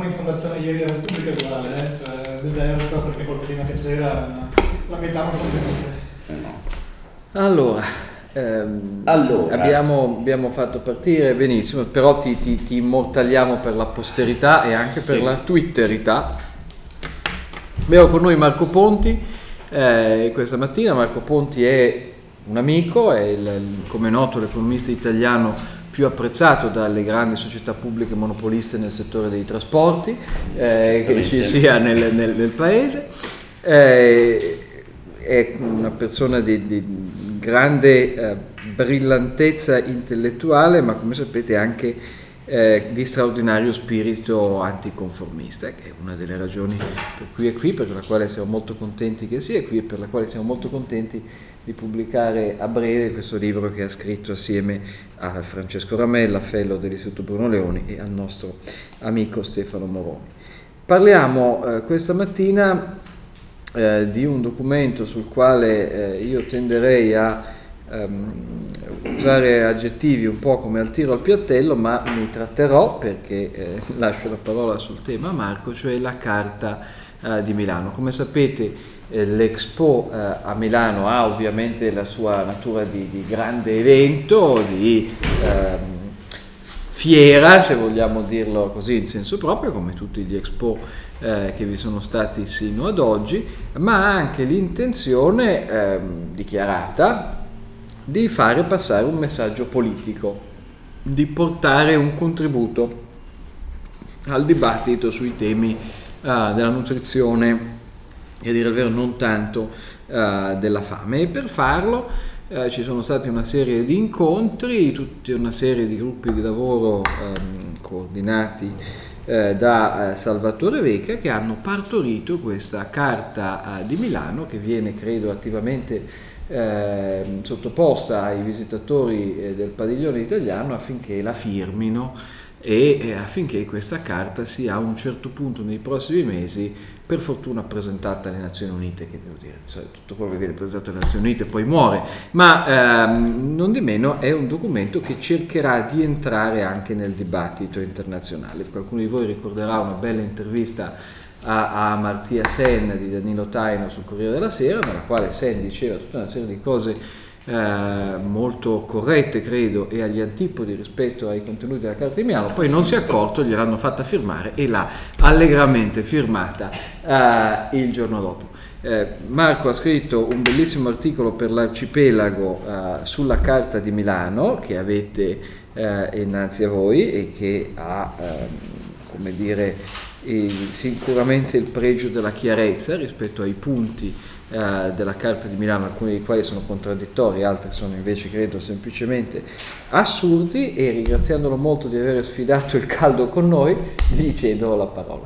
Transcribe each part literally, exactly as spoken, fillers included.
in fondazione ieri della Repubblica è uguale, eh? Cioè deserto perché col clima che c'era la metà non sono venute. Allora, ehm, allora. Abbiamo, abbiamo fatto partire benissimo, però ti, ti, ti immortaliamo per la posterità e anche per sì. la twitterità. Abbiamo con noi Marco Ponti eh, questa mattina. Marco Ponti è un amico, è il, come noto l'economista italiano più apprezzato dalle grandi società pubbliche monopoliste nel settore dei trasporti eh, che ci sia nel, nel, nel paese. Eh, è una persona di, di grande eh, brillantezza intellettuale, ma come sapete anche eh, di straordinario spirito anticonformista, che è una delle ragioni per cui è qui, per la quale siamo molto contenti che sia qui e per la quale siamo molto contenti di pubblicare a breve questo libro che ha scritto assieme a Francesco Ramella, fellow dell'Istituto Bruno Leoni, e al nostro amico Stefano Moroni. Parliamo eh, questa mattina eh, di un documento sul quale eh, io tenderei a ehm, usare aggettivi un po' come al tiro al piattello, ma mi tratterò perché eh, lascio la parola sul tema a Marco, cioè la Carta eh, di Milano. Come sapete l'Expo eh, a Milano ha ovviamente la sua natura di, di grande evento, di ehm, fiera, se vogliamo dirlo così in senso proprio, come tutti gli Expo eh, che vi sono stati sino ad oggi, ma ha anche l'intenzione ehm, dichiarata di fare passare un messaggio politico, di portare un contributo al dibattito sui temi eh, della nutrizione e a dire il vero non tanto uh, della fame, e per farlo uh, ci sono stati una serie di incontri, tutta una serie di gruppi di lavoro um, coordinati uh, da uh, Salvatore Veca, che hanno partorito questa Carta uh, di Milano, che viene credo attivamente uh, sottoposta ai visitatori uh, del padiglione italiano affinché la firmino e eh, affinché questa carta sia a un certo punto nei prossimi mesi, per fortuna, presentata alle Nazioni Unite, che devo dire, cioè, tutto quello che viene presentato alle Nazioni Unite poi muore, ma ehm, non di meno è un documento che cercherà di entrare anche nel dibattito internazionale. Qualcuno di voi ricorderà una bella intervista a, a Amartya Sen di Danilo Taino sul Corriere della Sera, nella quale Sen diceva tutta una serie di cose Eh, molto corrette, credo, e agli antipodi rispetto ai contenuti della Carta di Milano. Poi non si è accorto, gliel'hanno fatta firmare e l'ha allegramente firmata eh, il giorno dopo. Eh, Marco ha scritto un bellissimo articolo per l'Arcipelago eh, sulla Carta di Milano, che avete eh, innanzi a voi e che ha, eh, come dire, il, sicuramente il pregio della chiarezza rispetto ai punti Uh, della Carta di Milano, alcuni dei quali sono contraddittori, altri sono invece credo semplicemente assurdi, e ringraziandolo molto di aver sfidato il caldo con noi gli cedo la parola.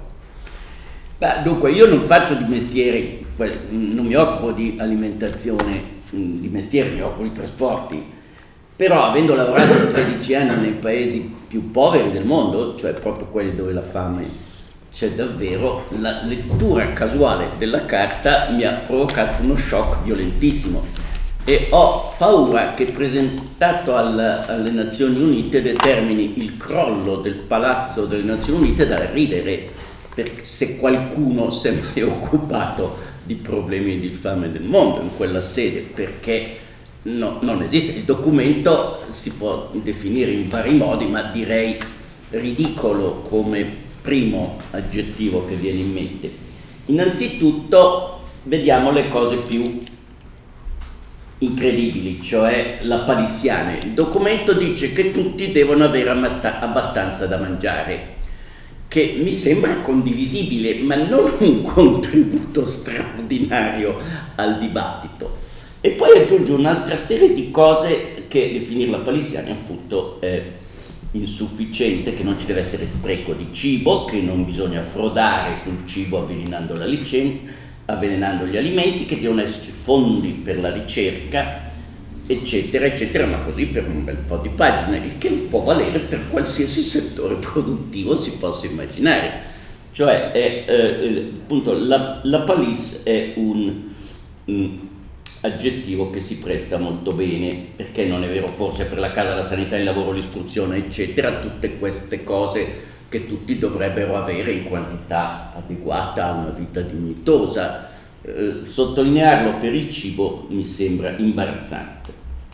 Beh, dunque io non faccio di mestiere, non mi occupo di alimentazione, di mestiere mi occupo di trasporti, però avendo lavorato tredici anni nei paesi più poveri del mondo, cioè proprio quelli dove la fame c'è davvero, la lettura casuale della carta mi ha provocato uno shock violentissimo e ho paura che presentato al, alle Nazioni Unite determini il crollo del palazzo delle Nazioni Unite da ridere, perché se qualcuno si è mai occupato di problemi di fame del mondo in quella sede, perché no, non esiste. Il documento si può definire in vari modi, ma direi ridicolo come primo aggettivo che viene in mente. Innanzitutto vediamo le cose più incredibili, cioè la palissiane. Il documento dice che tutti devono avere abbastanza da mangiare, che mi sembra condivisibile, ma non un contributo straordinario al dibattito. E poi aggiunge un'altra serie di cose che definirla palissiane appunto è insufficiente, che non ci deve essere spreco di cibo, che non bisogna frodare sul cibo avvelenando la licenza, avvelenando gli alimenti, che devono esserci fondi per la ricerca, eccetera, eccetera, ma così per un bel po' di pagine, il che può valere per qualsiasi settore produttivo si possa immaginare. Cioè, è, eh, appunto, la, la palisse è un... un aggettivo che si presta molto bene, perché non è vero forse per la casa, la sanità, il lavoro, l'istruzione, eccetera, tutte queste cose che tutti dovrebbero avere in quantità adeguata a una vita dignitosa. Eh, sottolinearlo per il cibo mi sembra imbarazzante.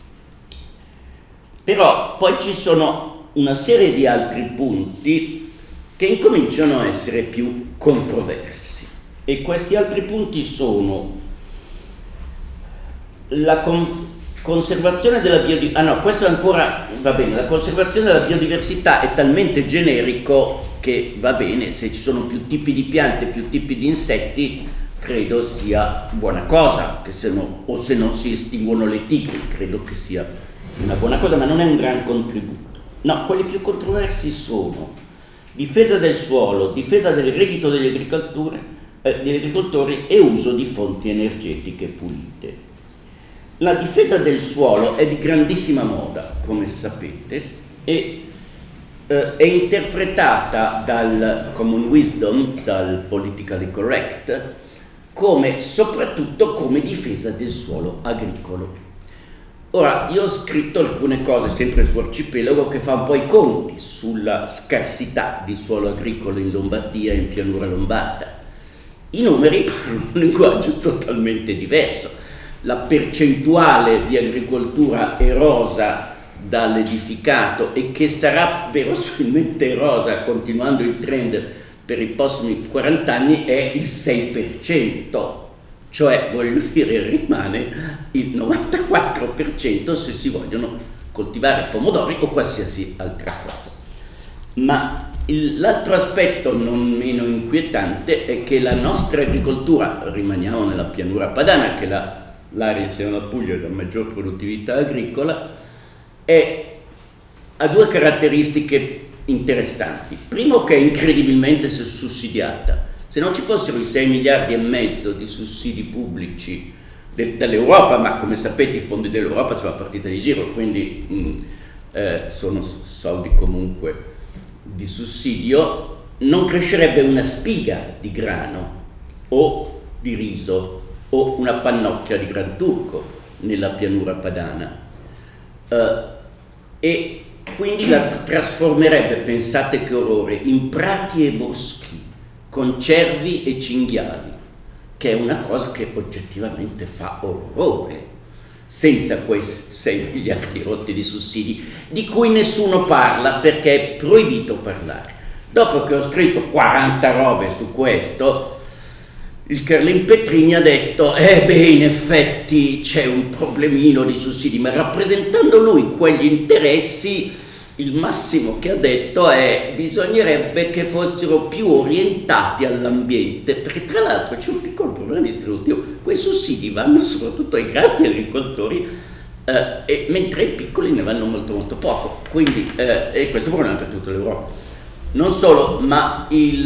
Però poi ci sono una serie di altri punti che incominciano a essere più controversi, e questi altri punti sono la con- conservazione della biodiversità. Ah no, questo è ancora, va bene, la conservazione della biodiversità è talmente generico che va bene, se ci sono più tipi di piante, più tipi di insetti, credo sia buona cosa, che se no, o se non si estinguono le tigri, credo che sia una buona cosa, ma non è un gran contributo. No, quelli più controversi sono difesa del suolo, difesa del reddito degli agricoltori, eh, degli agricoltori e uso di fonti energetiche pulite. La difesa del suolo è di grandissima moda, come sapete, e eh, è interpretata dal common wisdom, dal politically correct, come soprattutto come difesa del suolo agricolo. Ora, io ho scritto alcune cose sempre su Arcipelago che fa un po' i conti sulla scarsità di suolo agricolo in Lombardia e in pianura lombarda. I numeri parlano un linguaggio totalmente diverso. La percentuale di agricoltura erosa dall'edificato, e che sarà verosimilmente erosa continuando il trend per i prossimi quaranta anni, è il sei per cento. Cioè, voglio dire, rimane il novantaquattro per cento se si vogliono coltivare pomodori o qualsiasi altra cosa. Ma il, l'altro aspetto non meno inquietante è che la nostra agricoltura, rimaniamo nella pianura padana, che è la, l'area insieme alla Puglia della maggior produttività agricola, è, ha due caratteristiche interessanti. Primo, che è incredibilmente sussidiata. Se non ci fossero i sei miliardi e mezzo di sussidi pubblici de- dall'Europa, ma come sapete i fondi dell'Europa sono a partita di giro, quindi mh, eh, sono soldi comunque di sussidio, non crescerebbe una spiga di grano o di riso o una pannocchia di granturco nella pianura padana, eh, e quindi la tra- trasformerebbe, pensate che orrore, in prati e boschi con cervi e cinghiali, che è una cosa che oggettivamente fa orrore, senza quei sei miliardi rotti di sussidi, di cui nessuno parla perché è proibito parlare. Dopo che ho scritto quaranta robe su questo, il Carlin Petrini ha detto, eh beh, in effetti c'è un problemino di sussidi, ma rappresentando lui quegli interessi, il massimo che ha detto è bisognerebbe che fossero più orientati all'ambiente, perché tra l'altro c'è un piccolo problema distributivo, quei sussidi vanno soprattutto ai grandi agricoltori, eh, e, mentre ai piccoli ne vanno molto molto poco, quindi eh, e questo è un problema per tutta l'Europa. Non solo, ma il,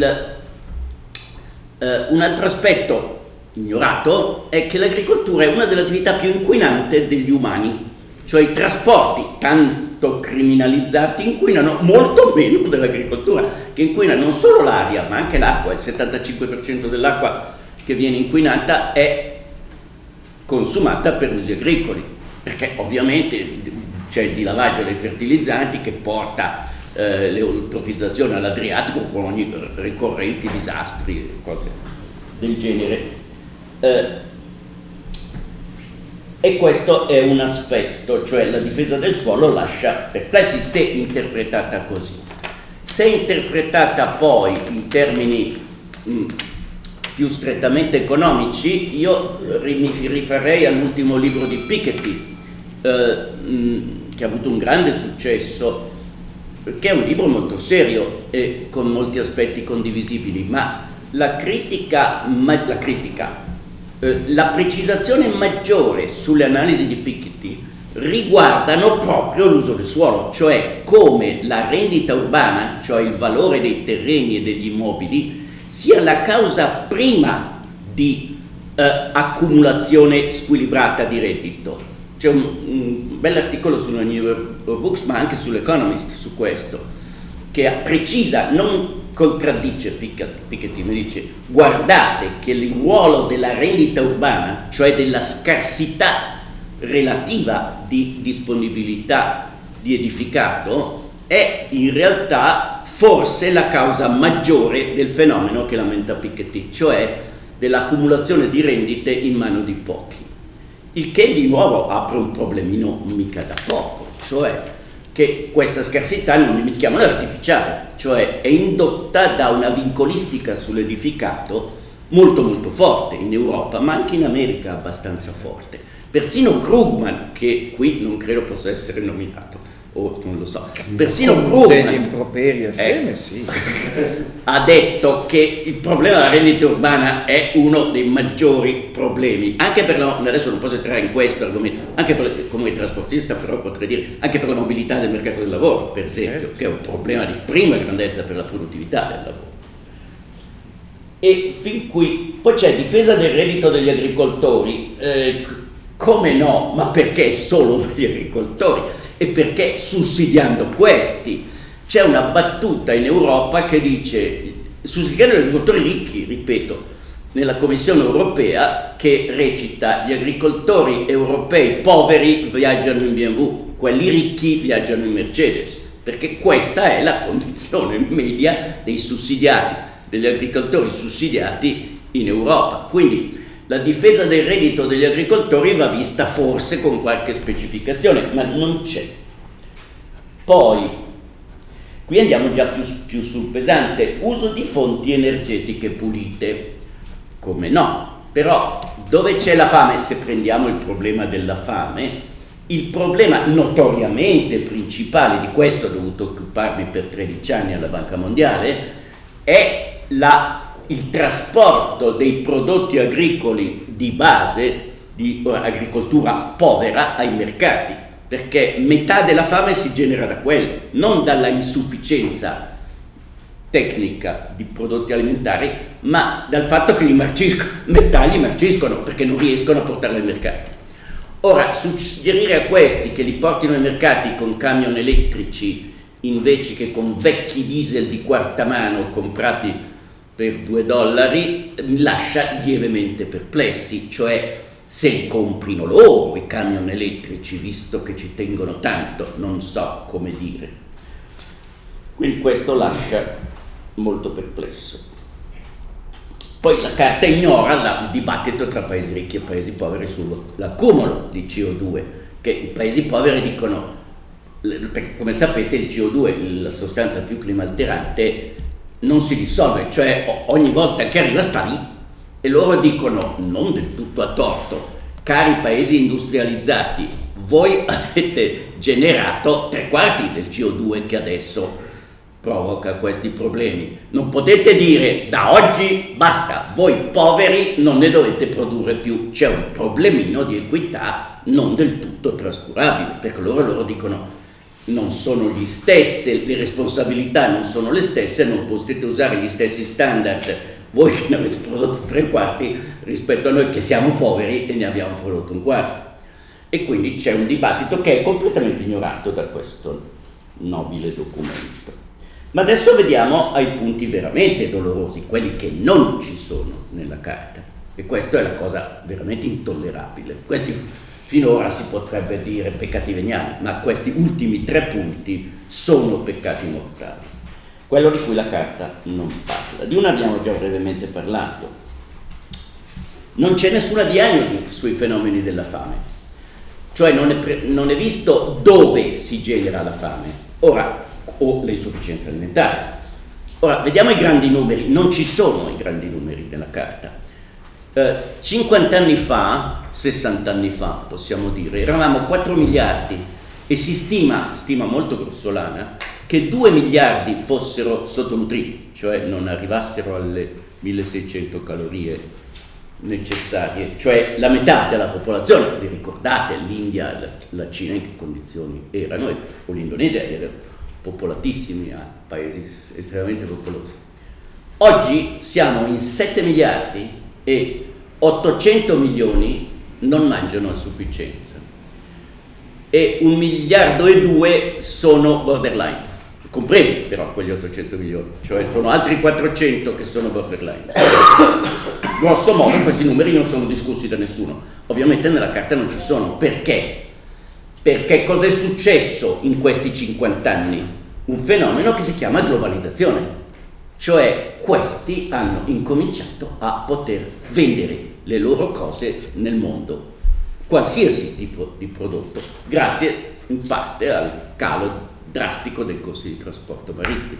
eh, un altro aspetto ignorato è che l'agricoltura è una delle attività più inquinanti degli umani, cioè i trasporti tanto criminalizzati inquinano molto meno dell'agricoltura, che inquina non solo l'aria ma anche l'acqua. Il settantacinque per cento dell'acqua che viene inquinata è consumata per usi agricoli, perché ovviamente c'è il dilavaggio dei fertilizzanti che porta eh, l'eutrofizzazione all'Adriatico con ogni ricorrenti disastri, cose del genere. Eh, E questo è un aspetto, cioè la difesa del suolo lascia perplessi se interpretata così. Se interpretata poi in termini mh, più strettamente economici, io mi rifarei all'ultimo libro di Piketty, eh, mh, che ha avuto un grande successo, che è un libro molto serio e con molti aspetti condivisibili, ma la critica, ma, la critica la precisazione maggiore sulle analisi di Piketty riguardano proprio l'uso del suolo, cioè come la rendita urbana, cioè il valore dei terreni e degli immobili, sia la causa prima di eh, accumulazione squilibrata di reddito. C'è un, un bell'articolo sulla New York Books, ma anche sull'Economist su questo, che precisa, non contraddice Piketty, mi dice guardate che il ruolo della rendita urbana, cioè della scarsità relativa di disponibilità di edificato, è in realtà forse la causa maggiore del fenomeno che lamenta Piketty, cioè dell'accumulazione di rendite in mano di pochi. Il che di nuovo apre un problemino mica da poco, cioè che questa scarsità, non dimentichiamolo, è artificiale, cioè è indotta da una vincolistica sull'edificato molto molto forte in Europa, ma anche in America abbastanza forte. Persino Krugman, che qui non credo possa essere nominato, o non lo so, persino Con degli Krugman improperi assieme, eh, sì. ha detto che il problema della rendita urbana è uno dei maggiori problemi, anche per la, adesso non posso entrare in questo argomento, anche per, come trasportista, però potrei dire anche per la mobilità del mercato del lavoro, per esempio, che è un problema di prima grandezza per la produttività del lavoro. E fin qui poi c'è difesa del reddito degli agricoltori, eh, come no, ma perché solo degli agricoltori? E perché sussidiando questi? C'è una battuta in Europa che dice, sussidiando gli agricoltori ricchi, ripeto, nella Commissione europea, che recita: gli agricoltori europei poveri viaggiano in B M W, quelli ricchi viaggiano in Mercedes, perché questa è la condizione media dei sussidiati, degli agricoltori sussidiati in Europa. Quindi la difesa del reddito degli agricoltori va vista forse con qualche specificazione, ma non c'è. Poi, qui andiamo già più, più sul pesante, uso di fonti energetiche pulite. Come no? Però dove c'è la fame, se prendiamo il problema della fame, il problema notoriamente principale, di questo ho dovuto occuparmi per tredici anni alla Banca Mondiale, è la il trasporto dei prodotti agricoli di base, di agricoltura povera, ai mercati, perché metà della fame si genera da quello, non dalla insufficienza tecnica di prodotti alimentari, ma dal fatto che li marciscono, metà li marciscono perché non riescono a portarli ai mercati. Ora, suggerire a questi che li portino ai mercati con camion elettrici invece che con vecchi diesel di quarta mano comprati per due dollari mi lascia lievemente perplessi, cioè se li comprino loro i camion elettrici, visto che ci tengono tanto, non so come dire. Quindi questo lascia molto perplesso. Poi la carta ignora la, il dibattito tra paesi ricchi e paesi poveri sull'accumulo di C O due, che i paesi poveri dicono, perché come sapete il C O due, la sostanza più climalterante, non si dissolve, cioè ogni volta che arriva sta lì, e loro dicono, non del tutto a torto: cari paesi industrializzati, voi avete generato tre quarti del C O due che adesso provoca questi problemi, non potete dire da oggi basta, voi poveri non ne dovete produrre più, c'è un problemino di equità non del tutto trascurabile, perché loro, loro dicono non sono gli stessi, le responsabilità non sono le stesse, non potete usare gli stessi standard voi che ne avete prodotto tre quarti rispetto a noi che siamo poveri e ne abbiamo prodotto un quarto. E quindi c'è un dibattito che è completamente ignorato da questo nobile documento. Ma adesso vediamo ai punti veramente dolorosi, quelli che non ci sono nella carta, e questa è la cosa veramente intollerabile. Questi finora si potrebbe dire peccati veniali, ma questi ultimi tre punti sono peccati mortali, quello di cui la carta non parla. Di uno abbiamo già brevemente parlato: non c'è nessuna diagnosi sui fenomeni della fame, cioè non è, pre- non è visto dove si genera la fame, ora, o l'insufficienza alimentare. Ora, vediamo i grandi numeri. Non ci sono i grandi numeri nella carta. Eh, cinquanta anni fa, sessanta anni fa possiamo dire, eravamo quattro miliardi e si stima, stima molto grossolana, che due miliardi fossero sottonutriti, cioè non arrivassero alle milleseicento calorie necessarie, cioè la metà della popolazione. Vi ricordate l'India, la, la Cina in che condizioni erano, o l'Indonesia, erano popolatissimi, a paesi estremamente popolosi. Oggi siamo in sette miliardi e ottocento milioni non mangiano a sufficienza e un miliardo e due sono borderline, compresi però quegli ottocento milioni, cioè sono altri quattrocento che sono borderline. Grosso modo questi numeri non sono discussi da nessuno, ovviamente nella carta non ci sono. Perché? Perché cosa è successo in questi cinquanta anni? un fenomeno che si chiama globalizzazione, cioè questi hanno incominciato a poter vendere le loro cose nel mondo, qualsiasi tipo di prodotto, grazie in parte al calo drastico dei costi di trasporto marittimo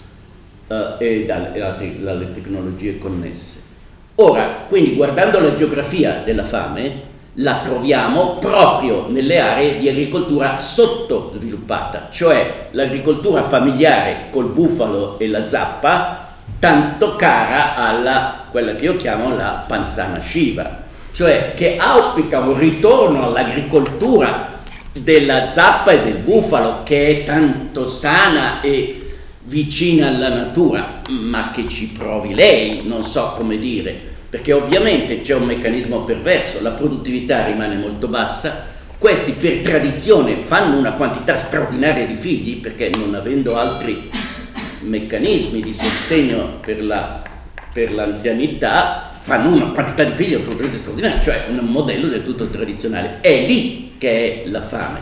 eh, e dalle tecnologie connesse. Ora, quindi, guardando la geografia della fame, la troviamo proprio nelle aree di agricoltura sottosviluppata, cioè l'agricoltura familiare col bufalo e la zappa, tanto cara alla quella che io chiamo la panzana Shiva, cioè che auspica un ritorno all'agricoltura della zappa e del bufalo, che è tanto sana e vicina alla natura, ma che ci provi lei, non so come dire, perché ovviamente c'è un meccanismo perverso, la produttività rimane molto bassa, questi per tradizione fanno una quantità straordinaria di figli, perché non avendo altri meccanismi di sostegno per, la, per l'anzianità, fanno una quantità di figli assolutamente straordinaria, cioè un modello del tutto tradizionale. È lì che è la fame,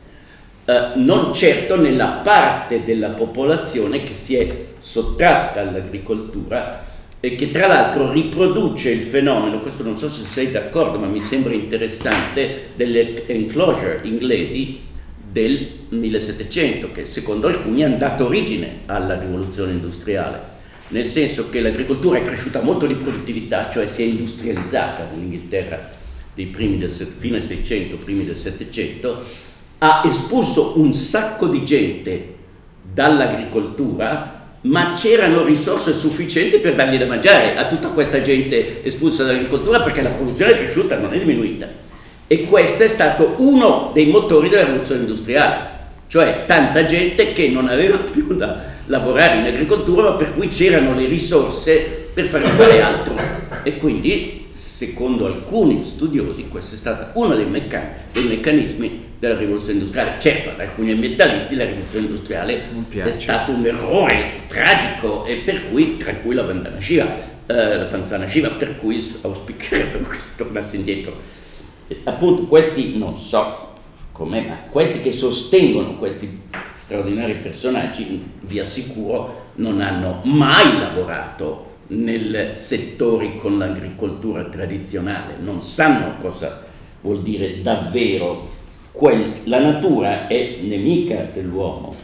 eh, non certo nella parte della popolazione che si è sottratta all'agricoltura e che tra l'altro riproduce il fenomeno, questo non so se sei d'accordo, ma mi sembra interessante, delle enclosure inglesi del millesettecento, che secondo alcuni hanno dato origine alla rivoluzione industriale, nel senso che l'agricoltura è cresciuta molto di produttività, cioè si è industrializzata nell'Inghilterra dei primi del fine seicento, primi del settecento, ha espulso un sacco di gente dall'agricoltura, ma c'erano risorse sufficienti per dargli da mangiare a tutta questa gente espulsa dall'agricoltura, perché la produzione è cresciuta, non è diminuita. E questo è stato uno dei motori della rivoluzione industriale, cioè tanta gente che non aveva più da lavorare in agricoltura, ma per cui c'erano le risorse per fargli fare altro. E quindi, secondo alcuni studiosi, questo è stato uno dei, meccan- dei meccanismi della rivoluzione industriale. Certo, ad alcuni ambientalisti la rivoluzione industriale è stato un errore tragico, e per cui, tra cui la panzana Shiva, eh, la panzana Shiva, per cui auspicherebbero che si tornasse indietro. E, appunto, questi non so com'è, ma questi che sostengono questi straordinari personaggi, vi assicuro, non hanno mai lavorato nel settori con l'agricoltura tradizionale, non sanno cosa vuol dire davvero quel, la natura è nemica dell'uomo.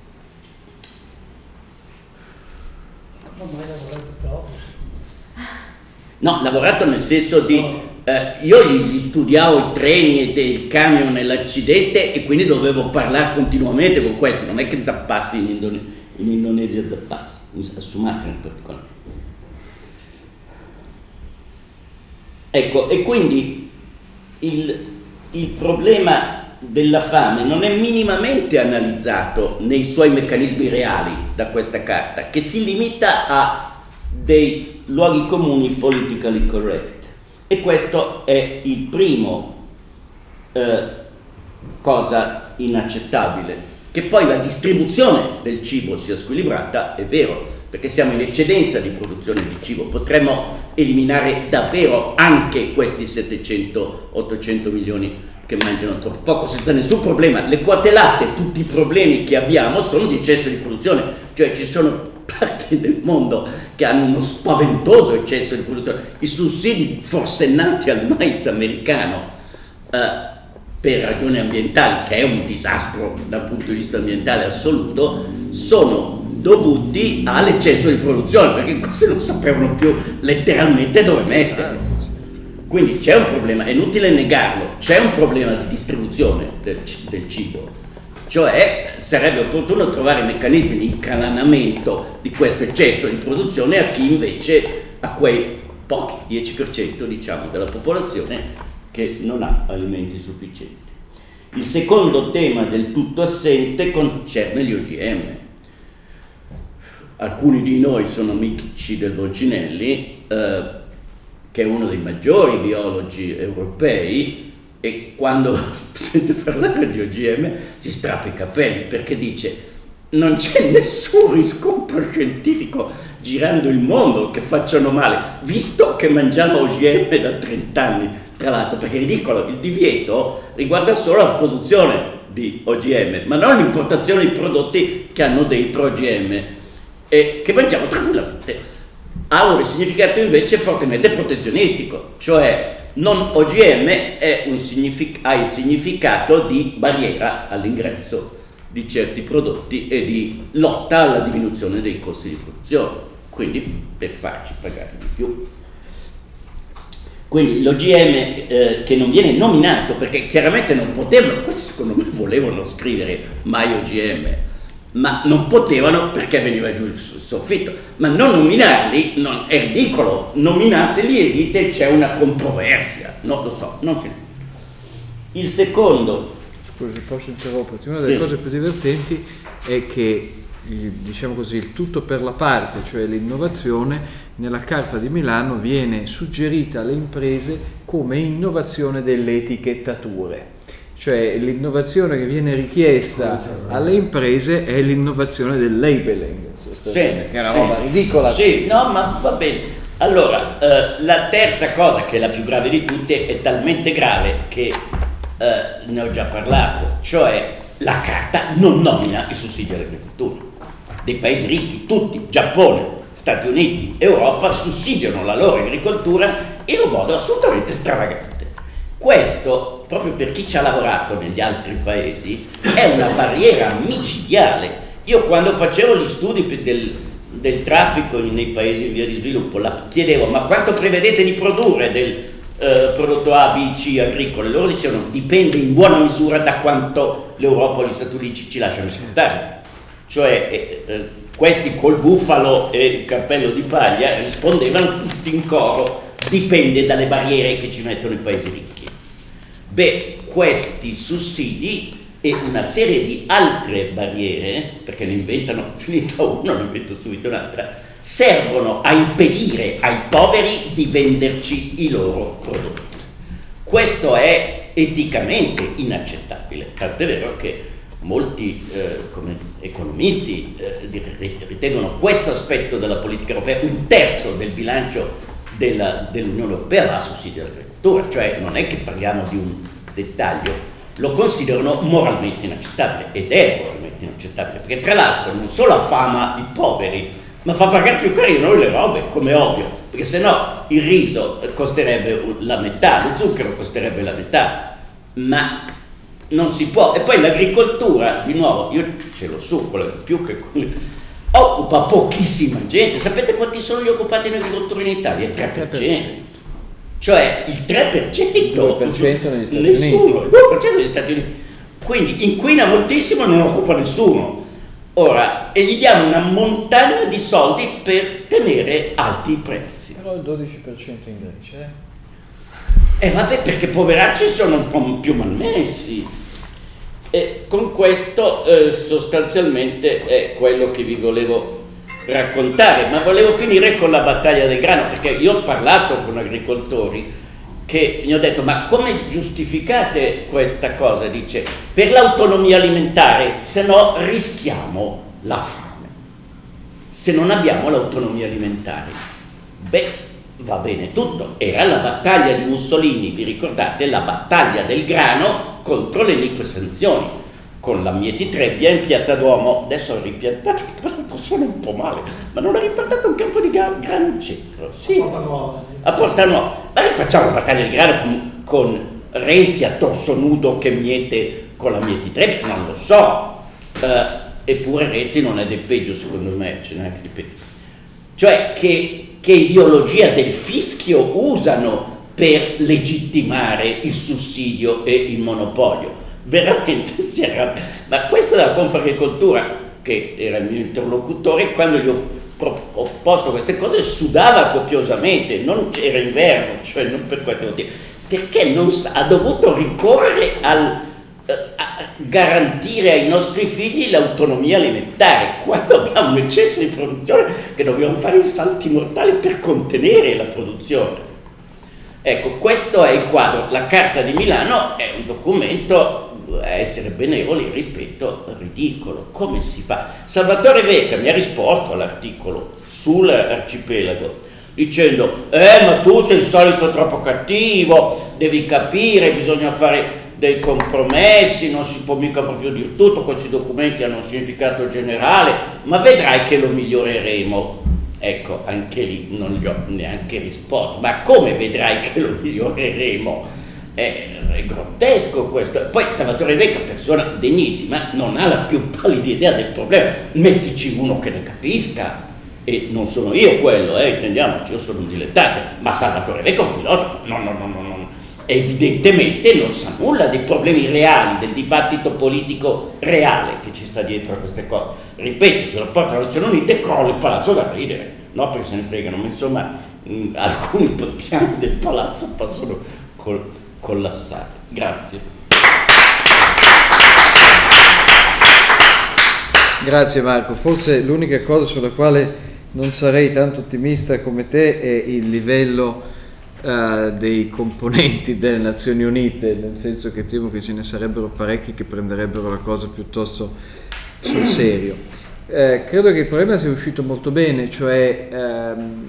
Non ho mai lavorato proprio. No, lavorato nel senso di eh, io gli, gli studiavo i treni e il camion e l'accidente, e quindi dovevo parlare continuamente con questi, non è che zappassi in, Indone- in Indonesia, zappassi, a Sumatra in particolare. Ecco, e quindi il, il problema della fame non è minimamente analizzato nei suoi meccanismi reali da questa carta, che si limita a dei luoghi comuni politically correct. E questo è il primo eh, cosa inaccettabile. Che poi la distribuzione del cibo sia squilibrata è vero, perché siamo in eccedenza di produzione di cibo, potremmo eliminare davvero anche questi settecento ottocento milioni che mangiano troppo poco senza nessun problema. Le quote latte, tutti i problemi che abbiamo sono di eccesso di produzione, cioè ci sono parti del mondo che hanno uno spaventoso eccesso di produzione. I sussidi forsennati al mais americano eh, per ragioni ambientali, che è un disastro dal punto di vista ambientale assoluto, sono dovuti all'eccesso di produzione, perché questi non sapevano più letteralmente dove metterlo. Quindi c'è un problema, è inutile negarlo, c'è un problema di distribuzione del, del cibo, cioè sarebbe opportuno trovare meccanismi di incalanamento di questo eccesso di produzione a chi invece, a quei pochi, dieci per cento diciamo della popolazione che non ha alimenti sufficienti. Il secondo tema del tutto assente concerne gli O G M. Alcuni di noi sono amici del Bolcinelli, eh, che è uno dei maggiori biologi europei, e quando sente parlare di O G M si strappa i capelli, perché dice: non c'è nessun riscontro scientifico girando il mondo che facciano male, visto che mangiamo O G M da trenta anni, tra l'altro, perché è ridicolo, il divieto riguarda solo la produzione di O G M, ma non l'importazione di prodotti che hanno dentro O G M e che mangiamo tranquillamente. Ha un significato invece fortemente protezionistico, cioè non O G M è un signific- ha il significato di barriera all'ingresso di certi prodotti e di lotta alla diminuzione dei costi di produzione, quindi per farci pagare di più. Quindi l'O G M eh, che non viene nominato, perché chiaramente non potevano, questi secondo me volevano scrivere mai O G M, ma non potevano perché veniva giù il soffitto, ma non nominarli non, è ridicolo, nominateli e dite c'è una controversia, non lo so, non si... Il secondo... Scusi, posso interromperti? Una delle Sì. cose più divertenti è che, il, diciamo così, il tutto per la parte, cioè l'innovazione, nella Carta di Milano viene suggerita alle imprese come innovazione delle etichettature. Cioè l'innovazione che viene richiesta alle imprese è l'innovazione del labeling, Sì, che è una sì. roba ridicola. Sì, no, ma va bene. Allora, eh, la terza cosa, che è la più grave di tutte, è talmente grave che eh, ne ho già parlato, cioè la carta non nomina i sussidi all'agricoltura. Dei paesi ricchi, tutti, Giappone, Stati Uniti, Europa, sussidiano la loro agricoltura in un modo assolutamente stravagante. Questo, proprio per chi ci ha lavorato negli altri paesi, è una barriera micidiale. Io quando facevo gli studi del, del traffico nei paesi in via di sviluppo, la chiedevo, ma quanto prevedete di produrre del eh, prodotto A, B, C agricole? Loro dicevano, dipende in buona misura da quanto l'Europa o gli Stati Uniti ci, ci lasciano esportare. Cioè eh, eh, questi col bufalo e il cappello di paglia rispondevano tutti in coro, dipende dalle barriere che ci mettono i paesi ricchi. Beh, questi sussidi e una serie di altre barriere, perché ne inventano, finita una, ne invento subito un'altra, servono a impedire ai poveri di venderci i loro prodotti. Questo è eticamente inaccettabile, tant'è vero che molti eh, come economisti eh, ritengono questo aspetto della politica europea, un terzo del bilancio della, dell'Unione Europea va a sussidio all'agricoltura, cioè non è che parliamo di un dettaglio, lo considerano moralmente inaccettabile ed è moralmente inaccettabile, perché tra l'altro non solo affama i poveri, ma fa pagare più caro noi le robe, come ovvio, perché sennò il riso costerebbe la metà, lo zucchero costerebbe la metà, ma non si può. E poi l'agricoltura, di nuovo, io ce l'ho su, più che quello, occupa pochissima gente. Sapete quanti sono gli occupati in agricoltura in Italia? Il tre per cento. Cioè il tre per cento. Il due per cento negli Stati nessuno, Uniti. il due per cento negli Stati Uniti. Quindi inquina moltissimo e non occupa nessuno. Ora, e gli diamo una montagna di soldi per tenere alti i prezzi. Però il dodici per cento in Grecia, eh? E eh vabbè, perché poveracci sono un po' più malmessi. E con questo eh, sostanzialmente è quello che vi volevo raccontare, ma volevo finire con la battaglia del grano, perché io ho parlato con agricoltori che mi hanno detto, ma come giustificate questa cosa? Dice, per l'autonomia alimentare, se no rischiamo la fame, se non abbiamo l'autonomia alimentare. Beh, va bene tutto, era la battaglia di Mussolini, vi ricordate? La battaglia del grano contro le inique sanzioni, con la Mieti Trebbia in Piazza Duomo. Adesso ho ripiantato, tra l'altro sono un po' male, ma non ho ripiantato un campo di grano in centro, sì, A Porta Nuova. a Porta Nuova. Ma rifacciamo la battaglia del grano con, con Renzi a torso nudo che miete con la Mieti Trebbia, non lo so, eh, eppure Renzi non è del peggio secondo me, ce n'è anche di peggio. Cioè che, che ideologia del fischio usano per legittimare il sussidio e il monopolio. Veramente si era... Ma questo della Confagricoltura, che era il mio interlocutore, quando gli ho, pro- ho posto queste cose sudava copiosamente, non c'era inverno, cioè non per questo motivo, perché non sa, ha dovuto ricorrere al, eh, a garantire ai nostri figli l'autonomia alimentare, quando abbiamo un eccesso di produzione che dobbiamo fare i salti mortali per contenere la produzione. Ecco, questo è il quadro. La Carta di Milano è un documento, a essere benevoli, ripeto, ridicolo. Come si fa? Salvatore Veca mi ha risposto all'articolo sull'arcipelago dicendo, eh ma tu sei il solito troppo cattivo, devi capire, bisogna fare dei compromessi, non si può mica proprio dire tutto, questi documenti hanno un significato generale, ma vedrai che lo miglioreremo. Ecco, anche lì non gli ho neanche risposto, ma come vedrai che lo miglioreremo? È, è grottesco questo. Poi Salvatore Vecca, persona degnissima, non ha la più pallida idea del problema, mettici uno che ne capisca. E non sono io quello, eh, intendiamoci, io sono un dilettante, ma Salvatore Vecca è un filosofo, no, no, no, no, no. Evidentemente non sa nulla dei problemi reali, del dibattito politico reale che ci sta dietro a queste cose. Ripeto, se lo porta alle Nazioni Unite crolla il palazzo da ridere, no, perché se ne fregano, ma insomma mh, alcuni piani del palazzo possono col- collassare. Grazie. Grazie Marco, forse l'unica cosa sulla quale non sarei tanto ottimista come te è il livello uh, dei componenti delle Nazioni Unite, nel senso che temo che ce ne sarebbero parecchi che prenderebbero la cosa piuttosto sul serio. Eh, credo che il problema sia uscito molto bene, cioè ehm,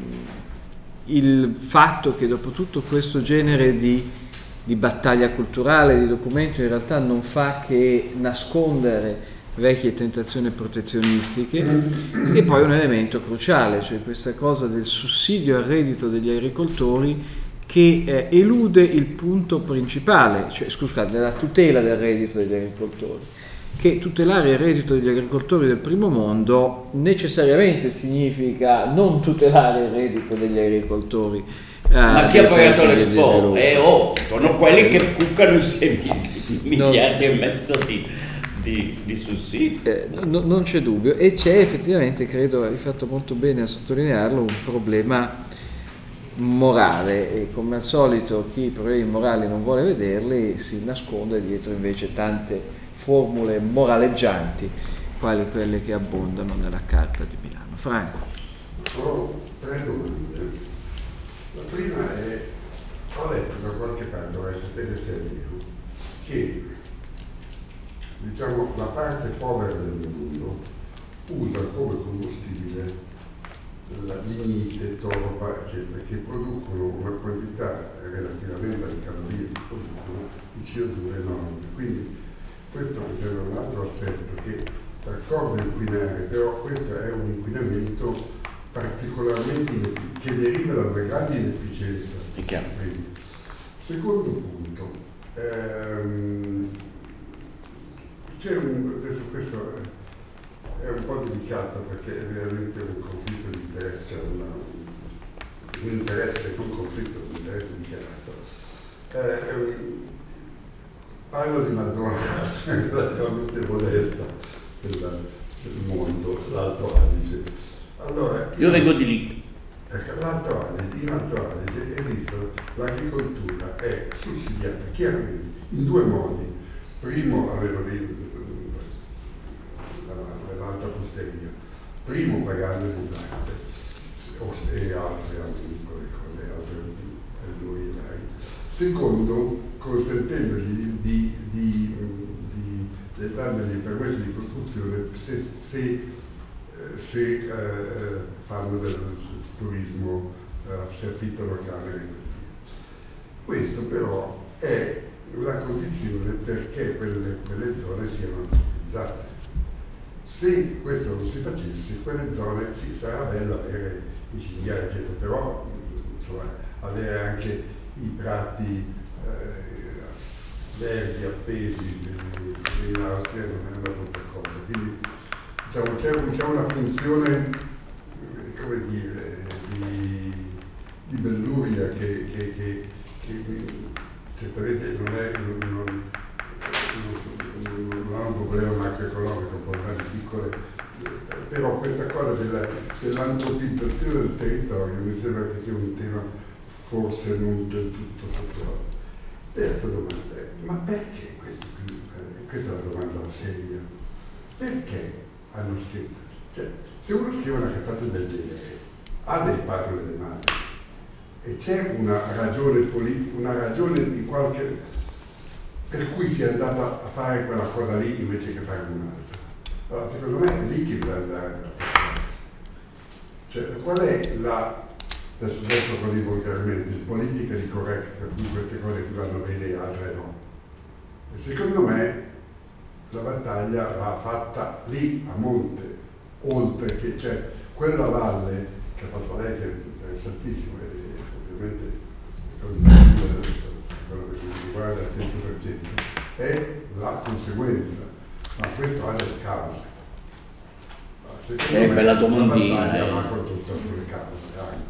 il fatto che dopo tutto questo genere di, di battaglia culturale, di documento, in realtà non fa che nascondere vecchie tentazioni protezionistiche e poi un elemento cruciale, cioè questa cosa del sussidio al reddito degli agricoltori che eh, elude il punto principale, cioè scusate, della tutela del reddito degli agricoltori, che tutelare il reddito degli agricoltori del primo mondo necessariamente significa non tutelare il reddito degli agricoltori. Eh, Ma chi ha pagato l'Expo? Eh, oh, sono quelli che cuccano i sei miliardi e mezzo di Di, di sussidi. Eh, no, non c'è dubbio, e c'è effettivamente, credo hai fatto molto bene a sottolinearlo, un problema morale, e come al solito chi i problemi morali non vuole vederli si nasconde dietro invece tante formule moraleggianti quali quelle che abbondano nella Carta di Milano. Franco. Ho tre domande. La prima è, ho letto da qualche parte, vorrei sapere se è vero, che diciamo la parte povera del mondo usa come combustibile la lignite, torba, eccetera, che producono una quantità relativamente alle calorie che producono di C O due enorme. Quindi questo mi sembra un altro aspetto, che d'accordo inquinare, però questo è un inquinamento particolarmente ineffic- che deriva da una grande inefficienza. Quindi, secondo punto, ehm, c'è un, adesso questo è un po' delicato perché è veramente un conflitto di interesse, cioè una, un interesse, un conflitto di interesse dichiarato. Eh, parlo di una zona relativamente modesta del, del mondo, l'Alto Adige. Allora, Io vengo di lì. Ecco, l'Alto Adige, in Alto Adige esiste, l'agricoltura è sussidiata chiaramente in due modi. Primo avevano dei l'alta posteria, primo pagando il latte e altre piccole cose, altre lui vari. Secondo, consentendogli di, di, di, di dandogli permesso di costruzione se, se, se eh, fanno del turismo, eh, se affittano camere e così via. Questo però è la condizione perché quelle, quelle zone siano utilizzate. Se questo non si facesse, quelle zone sì, sarà bello avere i cinghiali, eccetera, però insomma, avere anche i prati eh, verdi appesi in Austria non è una brutta cosa. Quindi diciamo, c'è, c'è una funzione, come dire, di, di belluria che, che, che, che certamente non è non, non, non ha un problema macroeconomico, un problema di piccole, però questa cosa della, dell'antropizzazione del territorio mi sembra che sia un tema forse non del tutto sottovalutato. Terza domanda è, ma perché questo qui, eh, questa è la domanda seria, perché hanno scritto? Cioè, se uno scrive una cazzata del genere, ha del padre e del madre, e c'è una ragione politica, una ragione di qualche per cui si è andata a fare quella cosa lì invece che fare un'altra. Allora, secondo me è lì che deve andare a fare. Cioè, qual è la, adesso detto così volgarmente, politica di corretto, per cui queste cose ti vanno bene e altre no. E secondo me la battaglia va fatta lì a monte, oltre che, cioè quella valle che ha fatto lei, che è interessantissima e ovviamente quello che mi riguarda al cento per cento, è la conseguenza, ma questo ha delle cause. È bella domandina. La battaglia eh. va condotta sulle cause anche.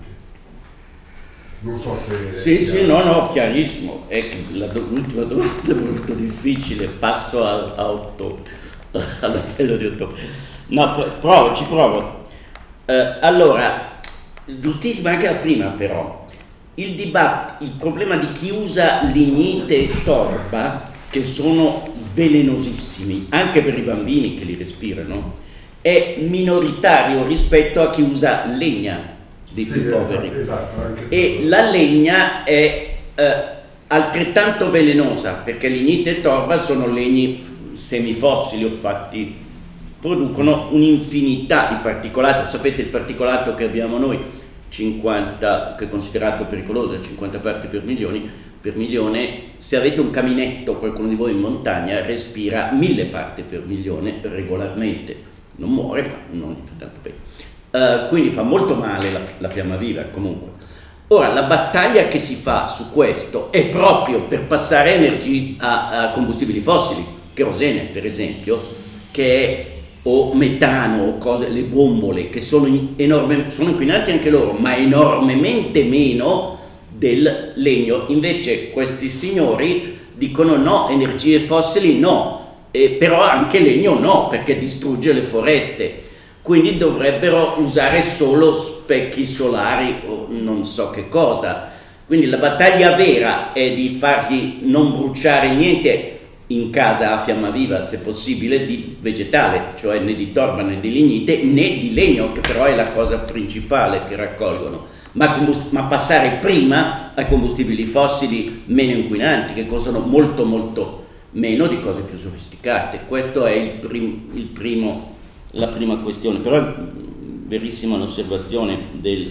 Non so se... Sì, sì, no, no, chiarissimo. È che la do- l'ultima domanda è molto difficile, passo a, a ottobre, all'appello di ottobre. No, pro- provo, ci provo. Eh, allora, giustissima anche la prima però. Il dibattito, il problema di chi usa lignite e torba, che sono velenosissimi, anche per i bambini che li respirano, è minoritario rispetto a chi usa legna dei Sì, più poveri. esatto, esatto, anche E quello. la legna è eh, altrettanto velenosa, perché lignite e torba sono legni semifossili o fatti, producono un'infinità di particolato. Sapete il particolato che abbiamo noi, cinquanta, che è considerato pericoloso, cinquanta parti per milioni, per milione. Se avete un caminetto, qualcuno di voi in montagna, respira mille parti per milione regolarmente, non muore ma non gli fa tanto bene. Uh, quindi fa molto male la, la fiamma viva comunque. Ora, la battaglia che si fa su questo è proprio per passare energie a, a combustibili fossili, kerosene per esempio, che è, o metano o cose, le bombole, che sono, in, enorme, sono inquinanti anche loro, ma enormemente meno del legno. Invece questi signori dicono no, energie fossili no, eh, però anche legno no, perché distrugge le foreste. Quindi dovrebbero usare solo specchi solari o non so che cosa. Quindi la battaglia vera è di fargli non bruciare niente in casa a fiamma viva, se possibile, di vegetale, cioè né di torba né di lignite né di legno, che però è la cosa principale che raccolgono, ma, combust- ma passare prima ai combustibili fossili meno inquinanti, che costano molto molto meno di cose più sofisticate. Questo è il, prim- il primo... la prima questione, però è verissima l'osservazione del,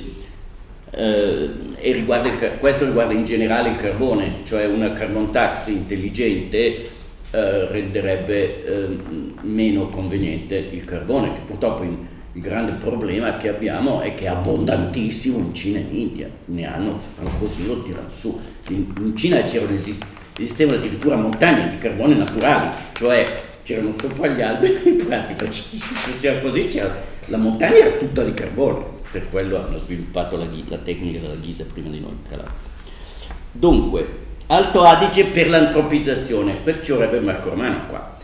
eh, e riguarda il, questo riguarda in generale il carbone, cioè una carbon tax intelligente eh, renderebbe eh, meno conveniente il carbone, che purtroppo in, il grande problema che abbiamo è che è abbondantissimo in Cina e in India, ne hanno, fanno così, lo tirano su. In, in Cina c'erano esist, esistevano addirittura montagne di carbone naturali, cioè c'erano sopra gli alberi, in pratica c'era così, c'era, la montagna era tutta di carbone, per quello hanno sviluppato la, la tecnica della ghisa prima di noi, tra l'altro. Dunque, Alto Adige per l'antropizzazione, questo ci vorrebbe Marco Romano qua.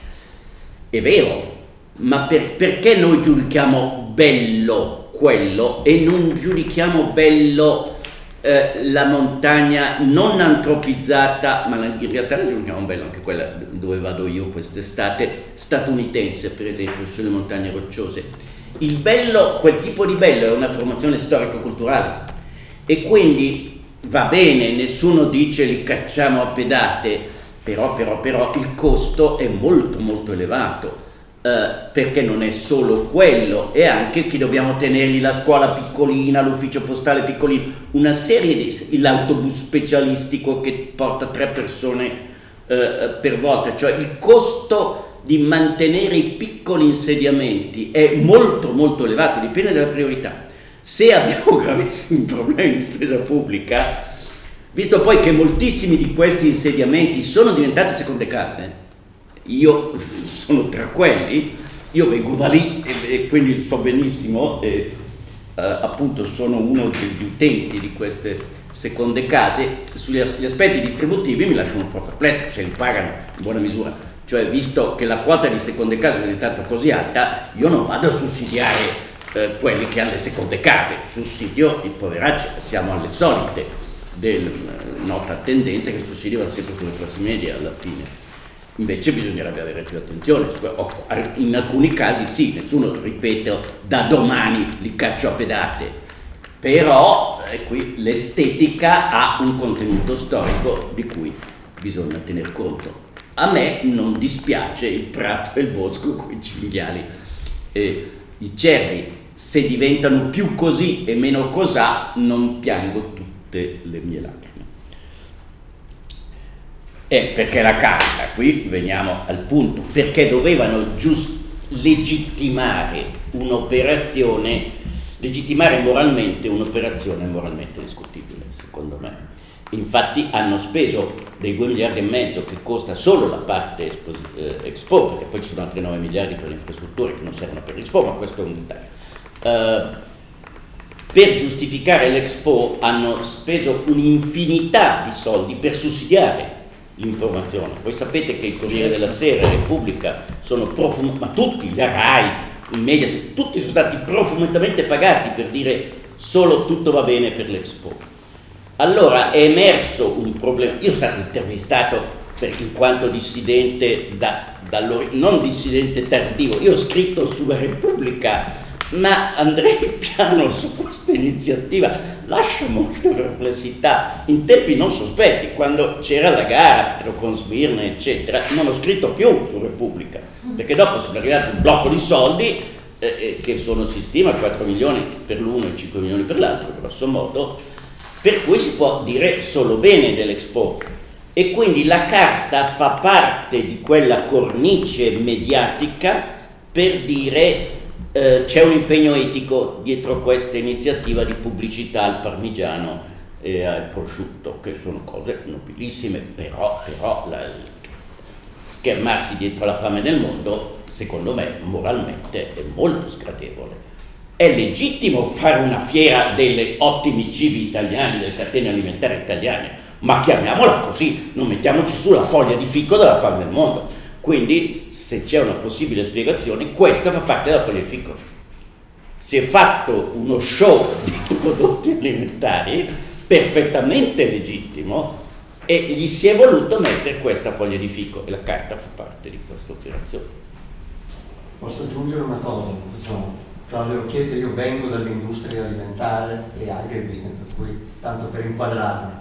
È vero, ma per, perché noi giudichiamo bello quello e non giudichiamo bello Eh, la montagna non antropizzata, ma in realtà la giudichiamo bella anche quella dove vado io quest'estate, statunitense per esempio, sulle montagne rocciose. Il bello, quel tipo di bello è una formazione storico-culturale e quindi va bene, nessuno dice li cacciamo a pedate, però, però, però il costo è molto molto elevato. Uh, perché non è solo quello, è anche che dobbiamo tenergli la scuola piccolina, l'ufficio postale piccolino, una serie di l'autobus specialistico che porta tre persone uh, per volta, cioè il costo di mantenere i piccoli insediamenti è molto molto elevato, dipende dalla priorità. Se abbiamo gravissimi problemi di spesa pubblica, visto poi che moltissimi di questi insediamenti sono diventati seconde case, io sono tra quelli, io vengo da lì e, e quindi so benissimo, e, eh, appunto sono uno degli utenti di queste seconde case. Sugli as- gli aspetti distributivi mi lasciano un po' perplesso, se li pagano in buona misura, cioè visto che la quota di seconde case è diventata così alta, io non vado a sussidiare eh, quelli che hanno le seconde case, sussidio i poveracci, siamo alle solite della eh, nota tendenza che il sussidio va sempre sulle classi medie alla fine. Invece bisognerebbe avere più attenzione, in alcuni casi sì, nessuno, ripeto, da domani li caccio a pedate, però eh, qui l'estetica ha un contenuto storico di cui bisogna tener conto. A me non dispiace il prato e il bosco con i cinghiali e i cervi, se diventano più così e meno cosà non piango tutte le mie lacrime. Eh, perché la carta, qui veniamo al punto, perché dovevano giust- legittimare un'operazione, legittimare moralmente un'operazione moralmente discutibile, secondo me. Infatti hanno speso dei due miliardi e mezzo che costa solo la parte Expo, eh, Expo, perché poi ci sono altri nove miliardi per le infrastrutture che non servono per l'Expo, ma questo è un dettaglio. Uh, per giustificare l'Expo hanno speso un'infinità di soldi per sussidiare l'informazione. Voi sapete che il Corriere della Sera e Repubblica sono profum- ma tutti, la RAI, i media, tutti sono stati profondamente pagati per dire solo tutto va bene per l'Expo. Allora è emerso un problema. Io sono stato intervistato per, in quanto dissidente, da, non dissidente tardivo, io ho scritto sulla Repubblica, ma andrei piano su questa iniziativa, lascia molte perplessità, in tempi non sospetti, quando c'era la gara con Smirne eccetera, non ho scritto più su Repubblica, perché dopo sono arrivato un blocco di soldi eh, che sono, si stima, quattro milioni per l'uno e cinque milioni per l'altro, grosso modo, per cui si può dire solo bene dell'Expo. E quindi la carta fa parte di quella cornice mediatica per dire eh, c'è un impegno etico dietro questa iniziativa di pubblicità al parmigiano e al prosciutto, che sono cose nobilissime, però, però la, schermarsi dietro la fame del mondo, secondo me, moralmente è molto sgradevole. È legittimo fare una fiera degli ottimi cibi italiani, delle catene alimentari italiane, ma chiamiamola così, non mettiamoci sulla foglia di fico della fame del mondo. Quindi, se c'è una possibile spiegazione, questa fa parte della foglia di fico. Si è fatto uno show di prodotti alimentari perfettamente legittimo e gli si è voluto mettere questa foglia di fico e la carta fa parte di questa operazione. Posso aggiungere una cosa? Diciamo, Claudio Occhietto, io vengo dall'industria alimentare e agribusiness, per cui tanto per inquadrarmi.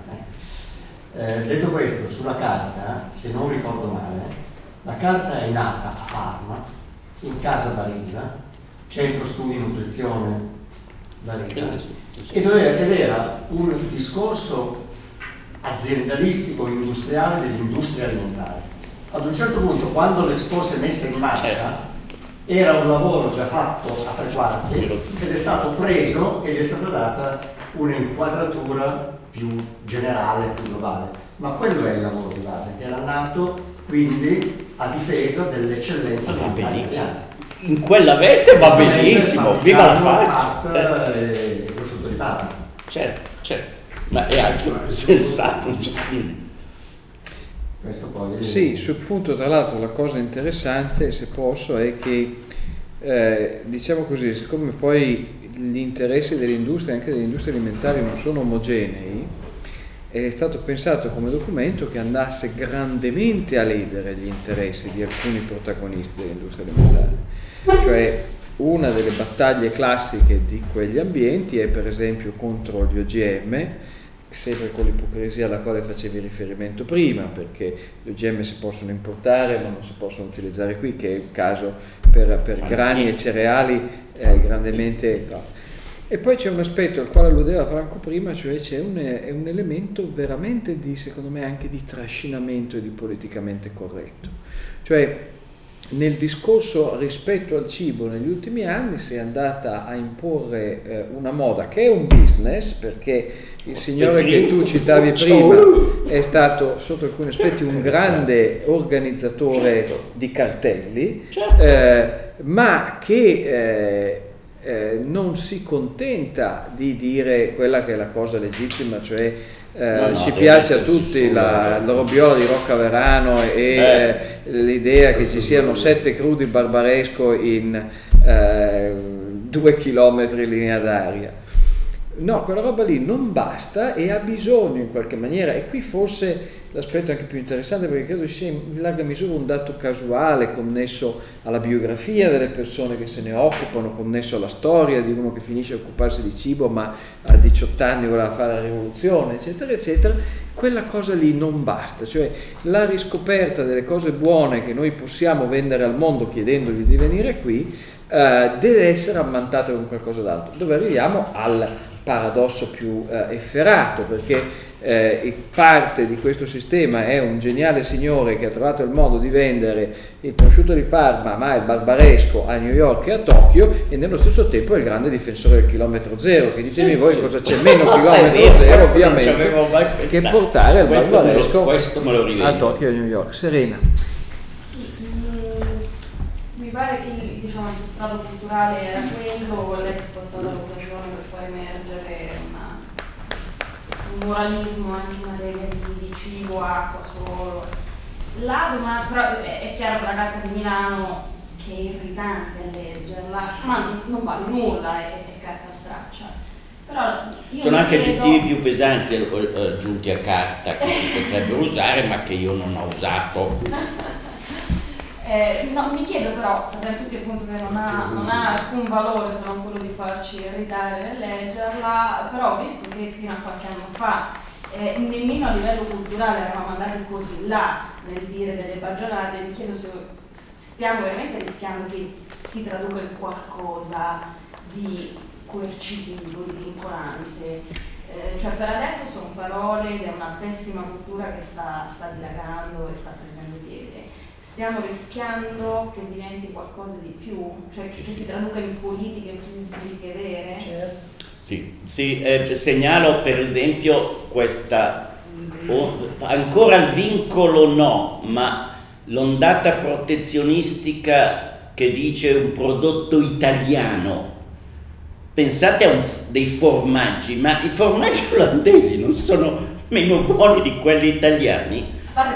Eh, detto questo, sulla carta, se non ricordo male, la carta è nata a Parma, in casa Barilla, centro studi nutrizione Barilla, ed era un discorso aziendalistico, industriale dell'industria alimentare. Ad un certo punto, quando l'Expo si è messa in marcia, era un lavoro già fatto a tre quarti ed è stato preso e gli è stata data un'inquadratura più generale, più globale. Ma quello è il lavoro di base, che era nato quindi a difesa dell'eccellenza alimentare italiana. In quella veste va benissimo, viva la faccia! Pasta e prosciutto di Parma. Certo, certo, ma è anche sensato. Questo poi... Sì, sul punto tra l'altro la cosa interessante, se posso, è che eh, diciamo così, siccome poi gli interessi dell'industria, anche delle industrie alimentari, non sono omogenei, è stato pensato come documento che andasse grandemente a ledere gli interessi di alcuni protagonisti dell'industria alimentare. Cioè, una delle battaglie classiche di quegli ambienti è per esempio contro gli O G M, sempre con l'ipocrisia alla quale facevi riferimento prima, perché gli O G M si possono importare ma non si possono utilizzare qui, che è il caso per, per grani e cereali eh, grandemente... No. E poi c'è un aspetto al quale alludeva Franco prima, cioè c'è un, è un elemento veramente di, secondo me, anche di trascinamento e di politicamente corretto. Cioè, nel discorso rispetto al cibo negli ultimi anni si è andata a imporre eh, una moda che è un business, perché il signore che tu citavi prima è stato sotto alcuni aspetti un grande organizzatore di cartelli, eh, ma che eh, eh, non si contenta di dire quella che è la cosa legittima, cioè Eh, no, no, ci piace a tutti la, la robiola di Roccaverano e eh. eh, l'idea che ci siano sette crudi barbaresco in eh, due chilometri in linea d'aria. No, quella roba lì non basta e ha bisogno in qualche maniera, e qui forse l'aspetto anche più interessante, perché credo ci sia in larga misura un dato casuale connesso alla biografia delle persone che se ne occupano, connesso alla storia di uno che finisce a occuparsi di cibo ma a diciotto anni voleva fare la rivoluzione, eccetera eccetera. Quella cosa lì non basta, cioè la riscoperta delle cose buone che noi possiamo vendere al mondo chiedendogli di venire qui eh, deve essere ammantata con qualcosa d'altro. Dove arriviamo al paradosso più eh, efferato, perché eh, parte di questo sistema è un geniale signore che ha trovato il modo di vendere il prosciutto di Parma ma il barbaresco a New York e a Tokyo, e nello stesso tempo è il grande difensore del chilometro zero, che ditemi voi cosa c'è meno chilometro zero ovviamente che portare il questo barbaresco me lo, questo me lo a Tokyo e a New York. Serena. Sì, mh, mi pare che il, diciamo, il sostrato culturale era quello, l'Expo è stata l'occasione per far emergere una, un moralismo anche in materia di, di cibo, acqua, suolo. La domanda, però è, è chiaro che la Carta di Milano, che è irritante a leggerla, ma non, non vale nulla, è, è carta straccia. Però io sono anche chiedo... aggettivi più pesanti aggiunti a carta che si potrebbero usare ma che io non ho usato. Eh, no, mi chiedo però, sappiamo tutti appunto che non ha, non ha alcun valore se non quello di farci irritare nel leggerla, però visto che fino a qualche anno fa eh, nemmeno a livello culturale eravamo andati così là nel dire delle baggianate, mi chiedo se stiamo veramente rischiando che si traduca in qualcosa di coercitivo, di vincolante. Eh, cioè per adesso sono parole ed è una pessima cultura che sta, sta dilagando e sta prendendo piede. Stiamo rischiando che diventi qualcosa di più, cioè che, che si traduca in politiche pubbliche vere? Certo. Sì, sì eh, segnalo per esempio questa, oh, ancora il vincolo no, ma l'ondata protezionistica che dice un prodotto italiano. Pensate a un, dei formaggi, ma i formaggi olandesi non sono meno buoni di quelli italiani.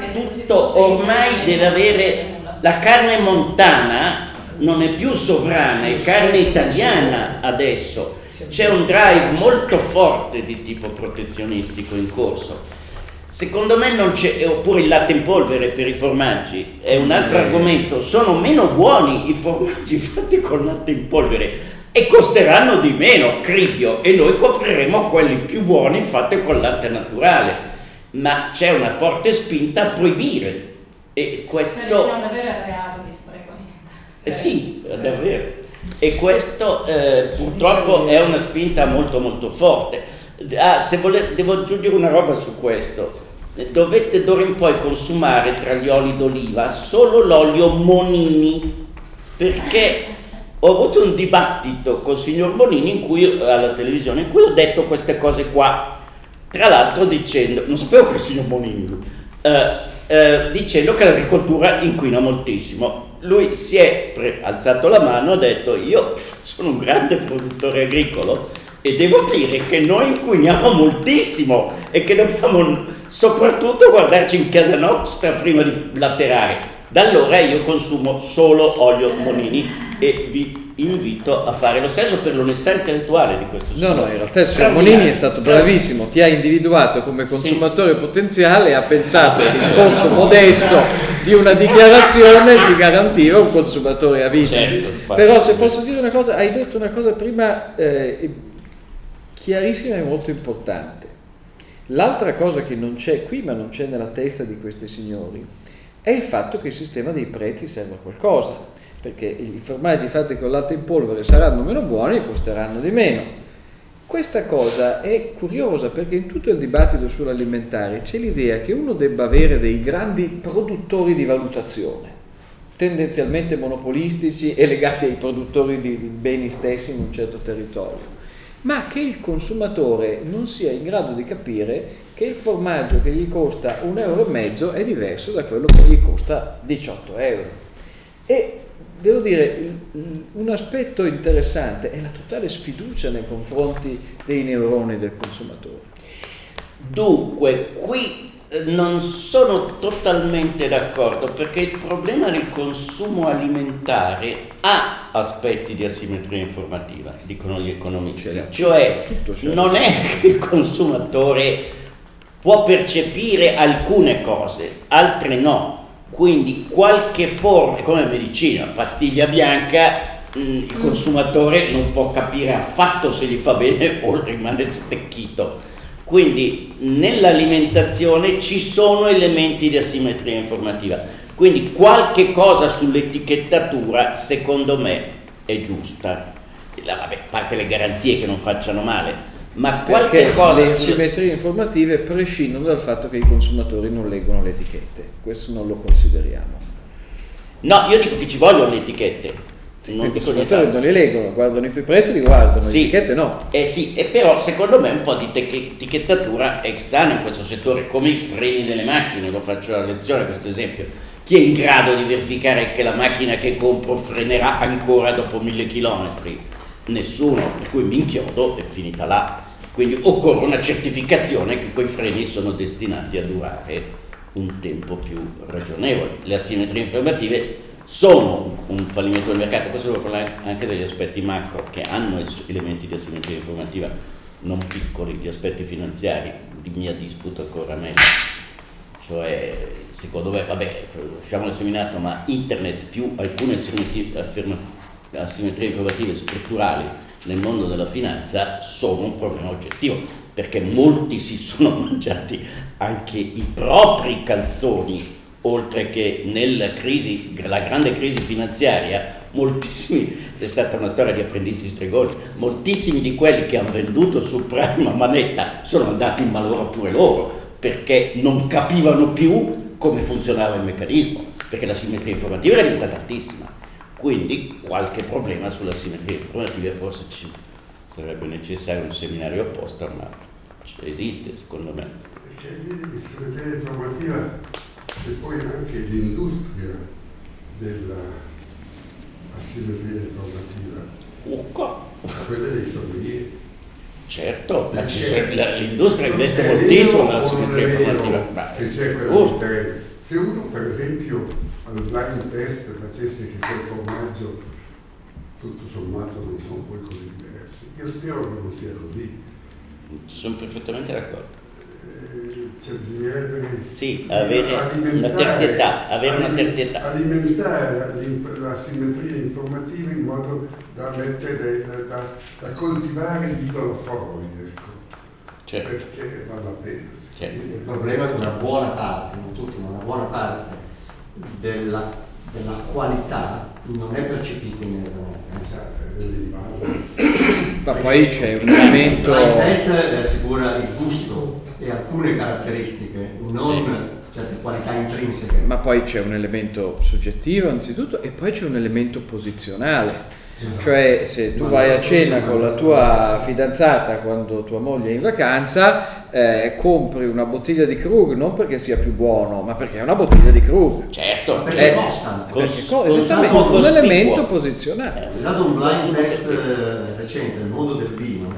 Tutto ormai deve avere, la carne montana non è più sovrana, è carne italiana adesso. C'è un drive molto forte di tipo protezionistico in corso. Secondo me non c'è, oppure il latte in polvere per i formaggi è un altro argomento. Sono meno buoni i formaggi fatti con latte in polvere e costeranno di meno, cribbio, e noi copriremo quelli più buoni fatti con latte naturale. Ma c'è una forte spinta a proibire, e questo rischiamo davvero il reato di spreco alimentare. eh sì, davvero, e questo eh, purtroppo è una spinta molto molto forte. Ah, se volete, devo aggiungere una roba su questo: dovete d'ora in poi consumare tra gli oli d'oliva solo l'olio Monini, perché ho avuto un dibattito col signor Bonini in cui, alla televisione, in cui ho detto queste cose qua. Tra l'altro dicendo, non sapevo che il signor Bonini, eh, eh, dicendo che l'agricoltura inquina moltissimo. Lui si è pre- alzato la mano e ha detto: io sono un grande produttore agricolo e devo dire che noi inquiniamo moltissimo e che dobbiamo soprattutto guardarci in casa nostra prima di blatterare. Da allora io consumo solo olio Monini e vi invito a fare lo stesso per l'onestà intellettuale di questo signore. No, no, in realtà il signor Monini è stato bravissimo, ti ha individuato come consumatore sì. potenziale e ha pensato che il costo modesto di una dichiarazione ti garantiva un consumatore a vita. Certo, però se posso dire una cosa, hai detto una cosa prima eh, chiarissima e molto importante. L'altra cosa che non c'è qui, ma non c'è nella testa di questi signori, è il fatto che il sistema dei prezzi serve a qualcosa, perché i formaggi fatti con latte in polvere saranno meno buoni e costeranno di meno. Questa cosa è curiosa perché in tutto il dibattito sull'alimentare c'è l'idea che uno debba avere dei grandi produttori di valutazione, tendenzialmente monopolistici e legati ai produttori di beni stessi in un certo territorio, ma che il consumatore non sia in grado di capire che il formaggio che gli costa un euro e mezzo è diverso da quello che gli costa diciotto euro. E devo dire, un aspetto interessante è la totale sfiducia nei confronti dei neuroni del consumatore. Dunque, qui non sono totalmente d'accordo, perché il problema del consumo alimentare ha aspetti di asimmetria informativa, dicono gli economisti, c'è, cioè c'è, non è che il consumatore può percepire alcune cose, altre no. Quindi qualche forma, come medicina, pastiglia bianca, mh, il consumatore non può capire affatto se gli fa bene o rimane stecchito. Quindi nell'alimentazione ci sono elementi di asimmetria informativa. Quindi qualche cosa sull'etichettatura, secondo me, è giusta. La, vabbè, a parte le garanzie che non facciano male, ma qualche perché cosa le sulla- simmetrie informative prescindono dal fatto che i consumatori non leggono le etichette, questo non lo consideriamo. No, io dico che ci vogliono le etichette. Non I dico consumatori niente. non li leggono, guardano i prezzi, li guardano, Sì. le etichette no. Eh sì, e però secondo me un po' di tech- etichettatura è sana in questo settore, come i freni delle macchine, lo faccio a lezione questo esempio. Chi è in grado di verificare che la macchina che compro frenerà ancora dopo mille chilometri? Nessuno, per cui mi inchiodo e finita là. Quindi occorre una certificazione che quei freni sono destinati a durare un tempo più ragionevole. Le asimmetrie informative sono un fallimento del mercato, questo devo parlare anche degli aspetti macro che hanno es- elementi di asimmetria informativa non piccoli, gli aspetti finanziari, di mia disputa ancora meglio. Cioè, secondo me, vabbè, usciamo dal seminato, ma internet più alcune asimmetrie, afferma- asimmetrie informative strutturali nel mondo della finanza sono un problema oggettivo, perché molti si sono mangiati anche i propri calzoni, oltre che nella crisi, la grande crisi finanziaria, moltissimi, è stata una storia di apprendisti stregoni, moltissimi di quelli che hanno venduto su Prime a manetta sono andati in malora pure loro, perché non capivano più come funzionava il meccanismo, perché la simmetria informativa era diventata altissima. Quindi qualche problema sulla simmetria informativa forse ci sarebbe necessario un seminario apposta, ma esiste secondo me. Perché lì la simmetria informativa e poi anche l'industria della asimmetria informativa, Urco. quella dei sommelier. Certo, ma ci Perché sono- la- l'industria investe è moltissimo vero nella o non simmetria è vero informativa. Ma- che c'è quella Giusto. differenza. Se uno per esempio al blind test facesse che quel formaggio tutto sommato non sono poi così diversi, io spero che non sia così. Sono perfettamente d'accordo. Eh, cioè, bisognerebbe Sì, avere una alimentare- terzietà, avere una aliment- terzietà. alimentare l'inf- la simmetria informativa in modo da mettere, da, da, da coltivare l'idolo fuori, ecco, Certo, perché vale la pena. certo. Il problema è che una buona parte, non tutti, ma una buona parte della, della qualità non è percepita immediatamente. Cioè, dell'imballo. Ma poi c'è un Il elemento... blind test le assicura il gusto e alcune caratteristiche, non certe qualità intrinseche. Ma poi c'è un elemento soggettivo anzitutto e poi c'è un elemento posizionale. Cioè se tu vai a cena con la tua fidanzata quando tua moglie è in vacanza, eh, compri una bottiglia di Krug non perché sia più buono, ma perché è una bottiglia di Krug. Certo, Perché Eh, costano. Cos- Perché co- consumo esattamente, un cospicuo. elemento posizionale. C'è stato un blind Consumo test cospicuo. eh, recente nel mondo del vino,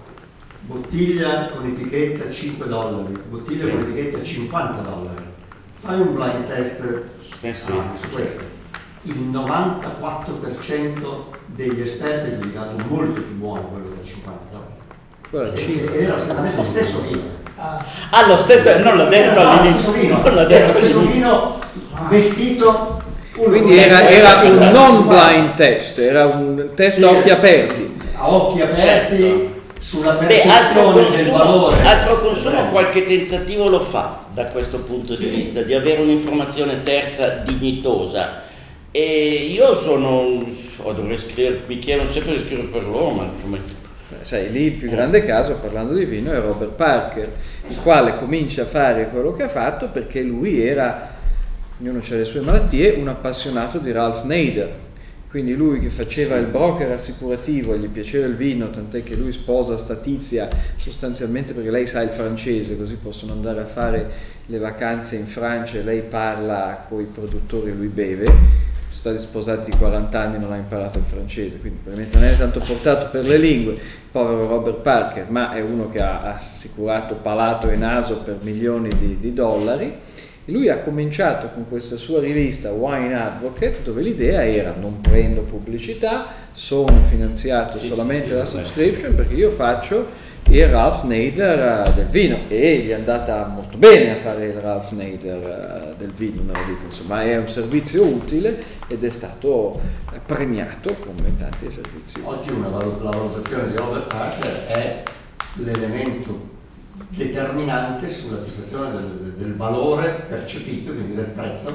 bottiglia con etichetta cinque dollari, bottiglia con etichetta cinquanta dollari. Fai un blind test Sì, sì, ah, su questo. Il novantaquattro per cento degli esperti ha giudicato molto più buono quello da cinquanta dollari. Guarda, E- cinque. Ed era esattamente lo stesso vino. Ah, lo stesso, non l'ha detto Era lo all'inizio. stesso vino, Non l'ha era detto lo stesso all'inizio. vino vestito. uno Quindi con era, le- era un da non cinquanta. blind test, era un test Sì. a occhi aperti. A occhi aperti Certo. sulla Beh, percezione altro del consumo, valore. altro consumo Eh. qualche tentativo lo fa da questo punto di vista, di avere un'informazione terza dignitosa. E io sono, oh, dovrei scrivere, mi chiedono sempre di scrivere per loro, ma insomma, Sai, lì il più grande caso, parlando di vino, è Robert Parker, il quale comincia a fare quello che ha fatto perché lui era, ognuno ha le sue malattie, un appassionato di Ralph Nader. Quindi lui che faceva il broker assicurativo, gli piaceva il vino, tant'è che lui sposa sta tizia sostanzialmente perché lei sa il francese, così possono andare a fare le vacanze in Francia e lei parla con i produttori e lui beve. Sono stati sposati quaranta anni, non ha imparato il francese, quindi probabilmente non è tanto portato per le lingue, povero Robert Parker, ma è uno che ha assicurato palato e naso per milioni di, di dollari. E lui ha cominciato con questa sua rivista Wine Advocate, dove l'idea era: non prendo pubblicità, sono finanziato Sì, solamente sì, sì, da vabbè. subscription, perché io faccio il Ralph Nader eh, del vino, e gli è andata molto bene a fare il Ralph Nader eh, del vino, no? Dico, insomma, è un servizio utile ed è stato eh, premiato come tanti servizi utili. Oggi una valut- la valutazione di Robert Parker è l'elemento determinante sulla prestazione del, del valore percepito, quindi del prezzo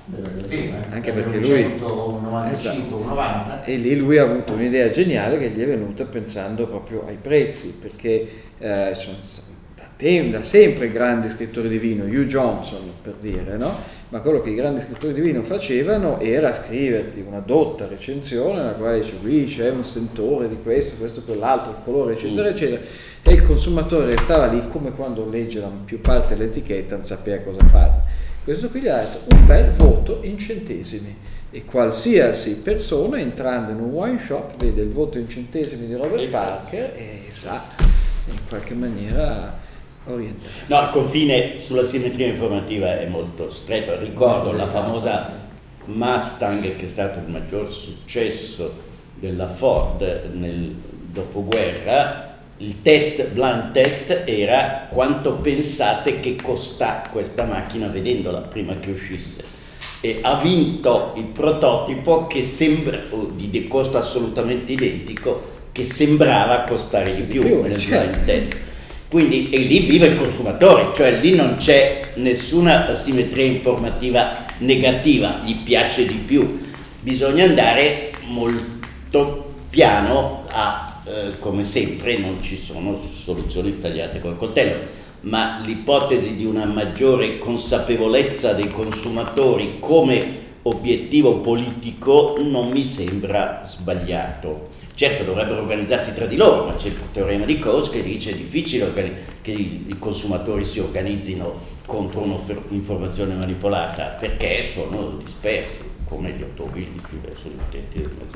del, del vino, eh. Anche perché lui- un novantacinque, un novanta. E lì lui ha avuto un'idea geniale che gli è venuta pensando proprio ai prezzi, perché eh, sono da, te- da sempre grandi scrittori di vino, Hugh Johnson per dire, no? Ma quello che i grandi scrittori di vino facevano era scriverti una dotta recensione nella quale dice qui c'è un sentore di questo, questo, quell'altro, il colore, eccetera, eccetera, e il consumatore stava lì come quando legge la più parte dell'etichetta, non sapeva cosa fare. Questo qui gli ha dato un bel voto in centesimi, e qualsiasi persona entrando in un wine shop vede il voto in centesimi di Robert Parker e sa in qualche maniera orientare. No, il confine sulla simmetria informativa è molto stretto. Ricordo la famosa Mustang, che è stato il maggior successo della Ford nel dopoguerra. Il test, blind test, era quanto pensate che costa questa macchina vedendola prima che uscisse, e ha vinto il prototipo che sembra, di costo assolutamente identico, che sembrava costare di più nel blind test. Quindi, e lì vive il consumatore, cioè lì non c'è nessuna asimmetria informativa negativa, gli piace di più. Bisogna andare molto piano a, eh, come sempre, non ci sono soluzioni tagliate col coltello, ma l'ipotesi di una maggiore consapevolezza dei consumatori come obiettivo politico non mi sembra sbagliato. Certo, dovrebbero organizzarsi tra di loro, ma c'è il teorema di Coase che dice che è difficile organi- che i, i consumatori si organizzino contro un'informazione manipolata, perché sono dispersi, come gli automobilisti verso gli utenti del mezzo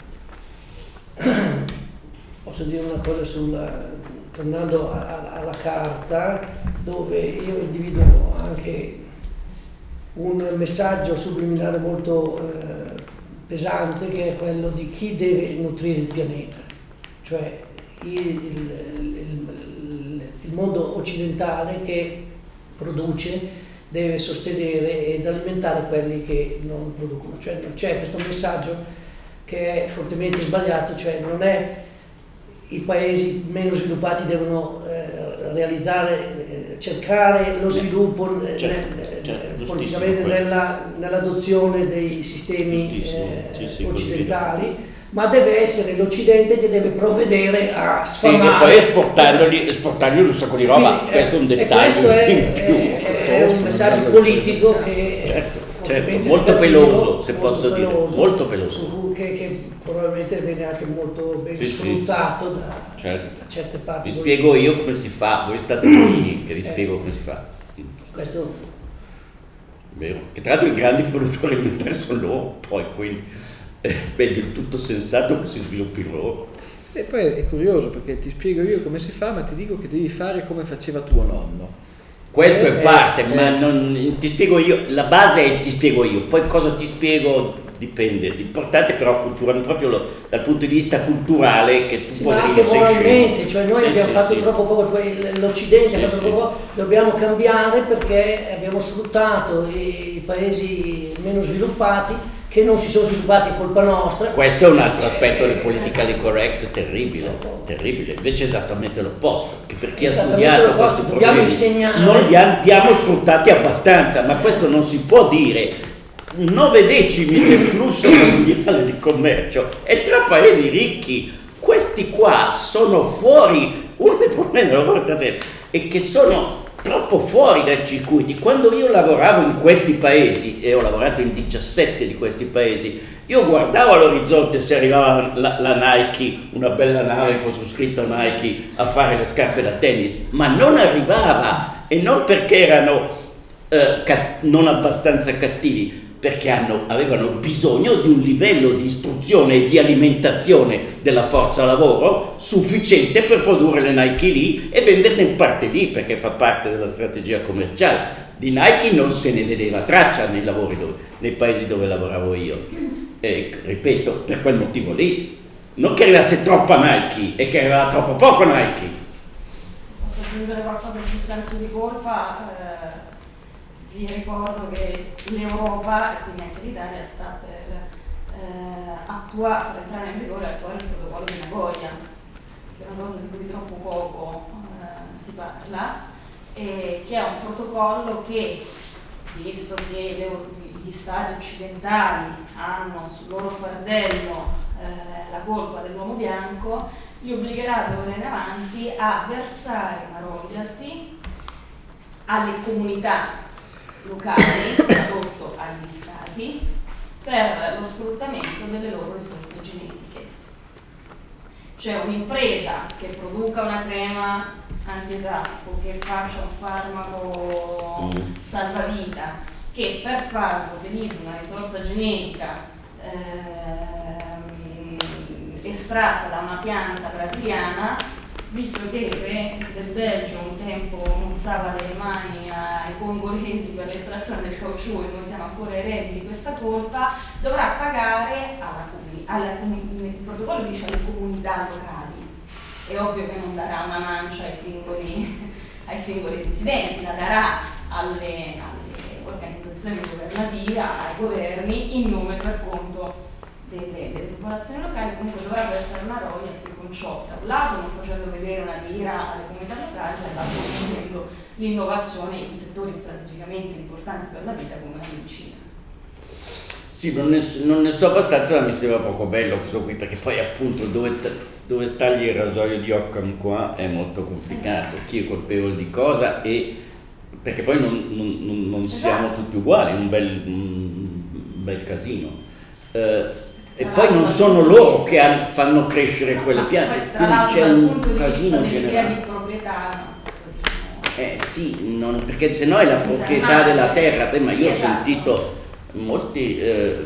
pubblico. Posso dire una cosa sulla, tornando a, a, alla carta, dove io individuo anche un messaggio subliminale molto eh, pesante, che è quello di chi deve nutrire il pianeta, cioè il, il, il, il mondo occidentale che produce deve sostenere ed alimentare quelli che non producono. Cioè c'è questo messaggio che è fortemente sbagliato, cioè non è i paesi meno sviluppati devono eh, realizzare, eh, cercare lo sviluppo eh, certo, nel, certo, politicamente nella, nell'adozione dei sistemi eh, sì, sì, occidentali, ma deve essere l'Occidente che deve provvedere a sfamare. Sì, e poi esportandogli, esportandogli un sacco di roba. Quindi, questo è un dettaglio questo è, in più. È, è un messaggio politico che certo, certo, molto peloso, se molto posso peloso, dire, molto peloso. Che, che probabilmente viene anche molto ben sì, sfruttato sì. Da, certo. da certe parti. Vi spiego io come si fa, voi state lì che vi spiego eh, come si fa. Questo Vero, che tra l'altro i grandi produttori alimentari sono loro, poi quindi eh, è del tutto sensato che si sviluppi loro. E poi è curioso perché ti spiego io come si fa, ma ti dico che devi fare come faceva tuo nonno. Questo eh, è parte, eh, ma eh. non, ti spiego io, la base è il ti spiego io, poi cosa ti spiego dipende, l'importante però culturale, proprio lo, dal punto di vista culturale, che tu sì, poi ma anche sei moralmente, scemo. cioè noi sì, abbiamo sì, fatto sì. troppo poco, l'Occidente sì, ha fatto sì. troppo poco, dobbiamo cambiare perché abbiamo sfruttato i paesi meno sviluppati che non si sono sviluppati, è colpa nostra. Questo è un altro aspetto del politically correct terribile, terribile, invece è esattamente l'opposto, che per chi ha studiato questi problemi non li abbiamo sfruttati abbastanza, ma questo non si può dire. nove decimi del flusso mondiale di commercio è tra paesi ricchi, questi qua sono fuori, uno dei problemi della volta è che sono troppo fuori dai circuiti. Quando io lavoravo in questi paesi, e ho lavorato in diciassette di questi paesi, io guardavo all'orizzonte se arrivava la, la Nike, una bella nave con su scritto Nike, a fare le scarpe da tennis, ma non arrivava, e non perché erano eh, cat- non abbastanza cattivi, perché hanno, avevano bisogno di un livello di istruzione e di alimentazione della forza lavoro sufficiente per produrre le Nike lì e venderne in parte lì, perché fa parte della strategia commerciale. Di Nike non se ne vedeva traccia nei lavori dove, nei paesi dove lavoravo io. E ripeto, per quel motivo lì, non che arrivasse troppa Nike, è che arrivava troppo poco Nike. Posso aggiungere qualcosa sul senso di colpa? Eh, vi ricordo che l'Europa, e quindi anche l'Italia, sta per eh, attuare, per entrare in vigore e attuare il protocollo di Nagoya, che è una cosa di cui troppo poco eh, si parla, e che è un protocollo che visto che le, gli stati occidentali hanno sul loro fardello eh, la colpa dell'uomo bianco, li obbligherà da ora in avanti a versare una royalty alle comunità locali, tradotto agli stati, per lo sfruttamento delle loro risorse genetiche. Cioè un'impresa che produca una crema anti-età o che faccia un farmaco salvavita che per farlo utilizzi una risorsa genetica ehm, estratta da una pianta brasiliana, visto che il re del Belgio un tempo mozzava le mani ai congolesi per l'estrazione del caucciù e noi siamo ancora eredi di questa colpa, dovrà pagare alla comunità, il protocollo dice alle comunità locali. È ovvio che non darà una mancia ai singoli, ai singoli residenti, la darà alle, alle organizzazioni governative, ai governi, in nome e per conto delle, delle popolazioni locali. Comunque dovrebbe essere una royalty con ciò, da un lato non facendo vedere una lira alle comunità locali, dall'altro facendo l'innovazione in settori strategicamente importanti per la vita come la medicina. Sì, non ne, non ne so abbastanza, ma mi sembra poco bello questo qui, perché poi appunto dove, dove tagli il rasoio di Occam qua è molto complicato, chi è colpevole di cosa, e perché poi non, non, non, non siamo tutti uguali, è un bel, un bel casino. Eh, e poi non sono loro che hanno, fanno crescere quelle piante, quindi c'è un casino generale. Di proprietà, eh sì, non, perché se no è la proprietà della terra. Beh, ma io ho sentito molti eh,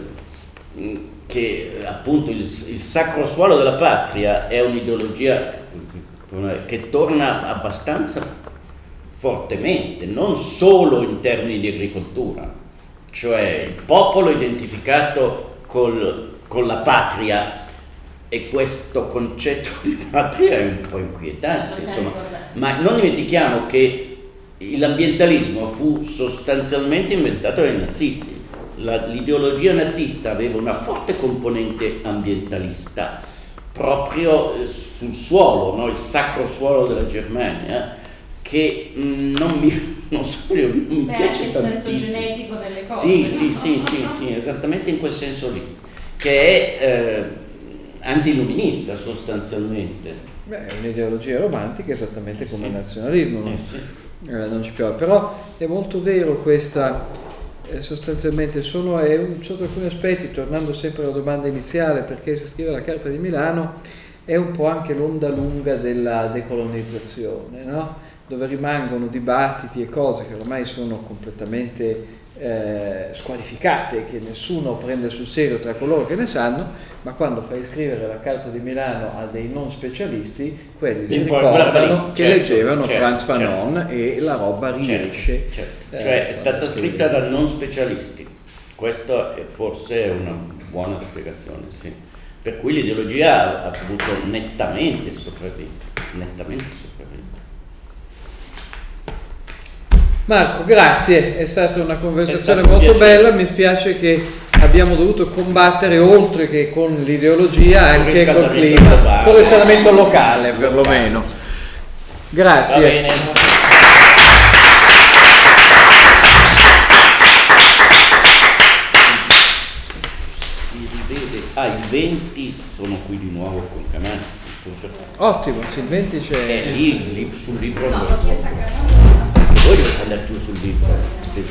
che appunto il, il sacro suolo della patria è un'ideologia che torna abbastanza fortemente, non solo in termini di agricoltura, cioè il popolo identificato col, con la patria, e questo concetto di patria è un po' inquietante, insomma. Ma non dimentichiamo che l'ambientalismo fu sostanzialmente inventato dai nazisti. La, l'ideologia nazista aveva una forte componente ambientalista proprio eh, sul suolo, no? Il sacro suolo della Germania, che mh, non mi, non so, non mi Beh, piace il tantissimo. senso genetico delle cose. Sì, sì, sì, sì, sì, esattamente in quel senso lì, che è eh, anti-illuminista sostanzialmente. Beh, è un'ideologia romantica esattamente come sì. il nazionalismo, no? Eh sì. eh, non ci piove, però è molto vero questa. Eh, sostanzialmente sono è un, sotto alcuni aspetti, tornando sempre alla domanda iniziale, perché si scrive la Carta di Milano, è un po' anche l'onda lunga della decolonizzazione, no? Dove rimangono dibattiti e cose che ormai sono completamente eh, squalificate, che nessuno prende sul serio tra coloro che ne sanno, ma quando fai scrivere la Carta di Milano a dei non specialisti, quelli si ricordano che certo, leggevano certo, Franz Fanon, certo. e la roba riesce. Certo, certo. Eh, cioè è stata scritta da non specialisti, questo è forse una buona spiegazione, sì. Per cui l'ideologia ha avuto nettamente il sopravvento, nettamente il sopravvento. Marco, grazie, è stata una conversazione un molto piacere. bella, mi spiace che abbiamo dovuto combattere oltre che con l'ideologia anche col clima, globale. con il riscaldamento locale perlomeno. Grazie. Va bene. Si rivede, ah, il venti sono qui di nuovo con Camazzi. Ottimo, Silventi c'è. È lì, lì sul libro. No, l'ho chiesta a Carlo. Voi dovete andare giù sul libro.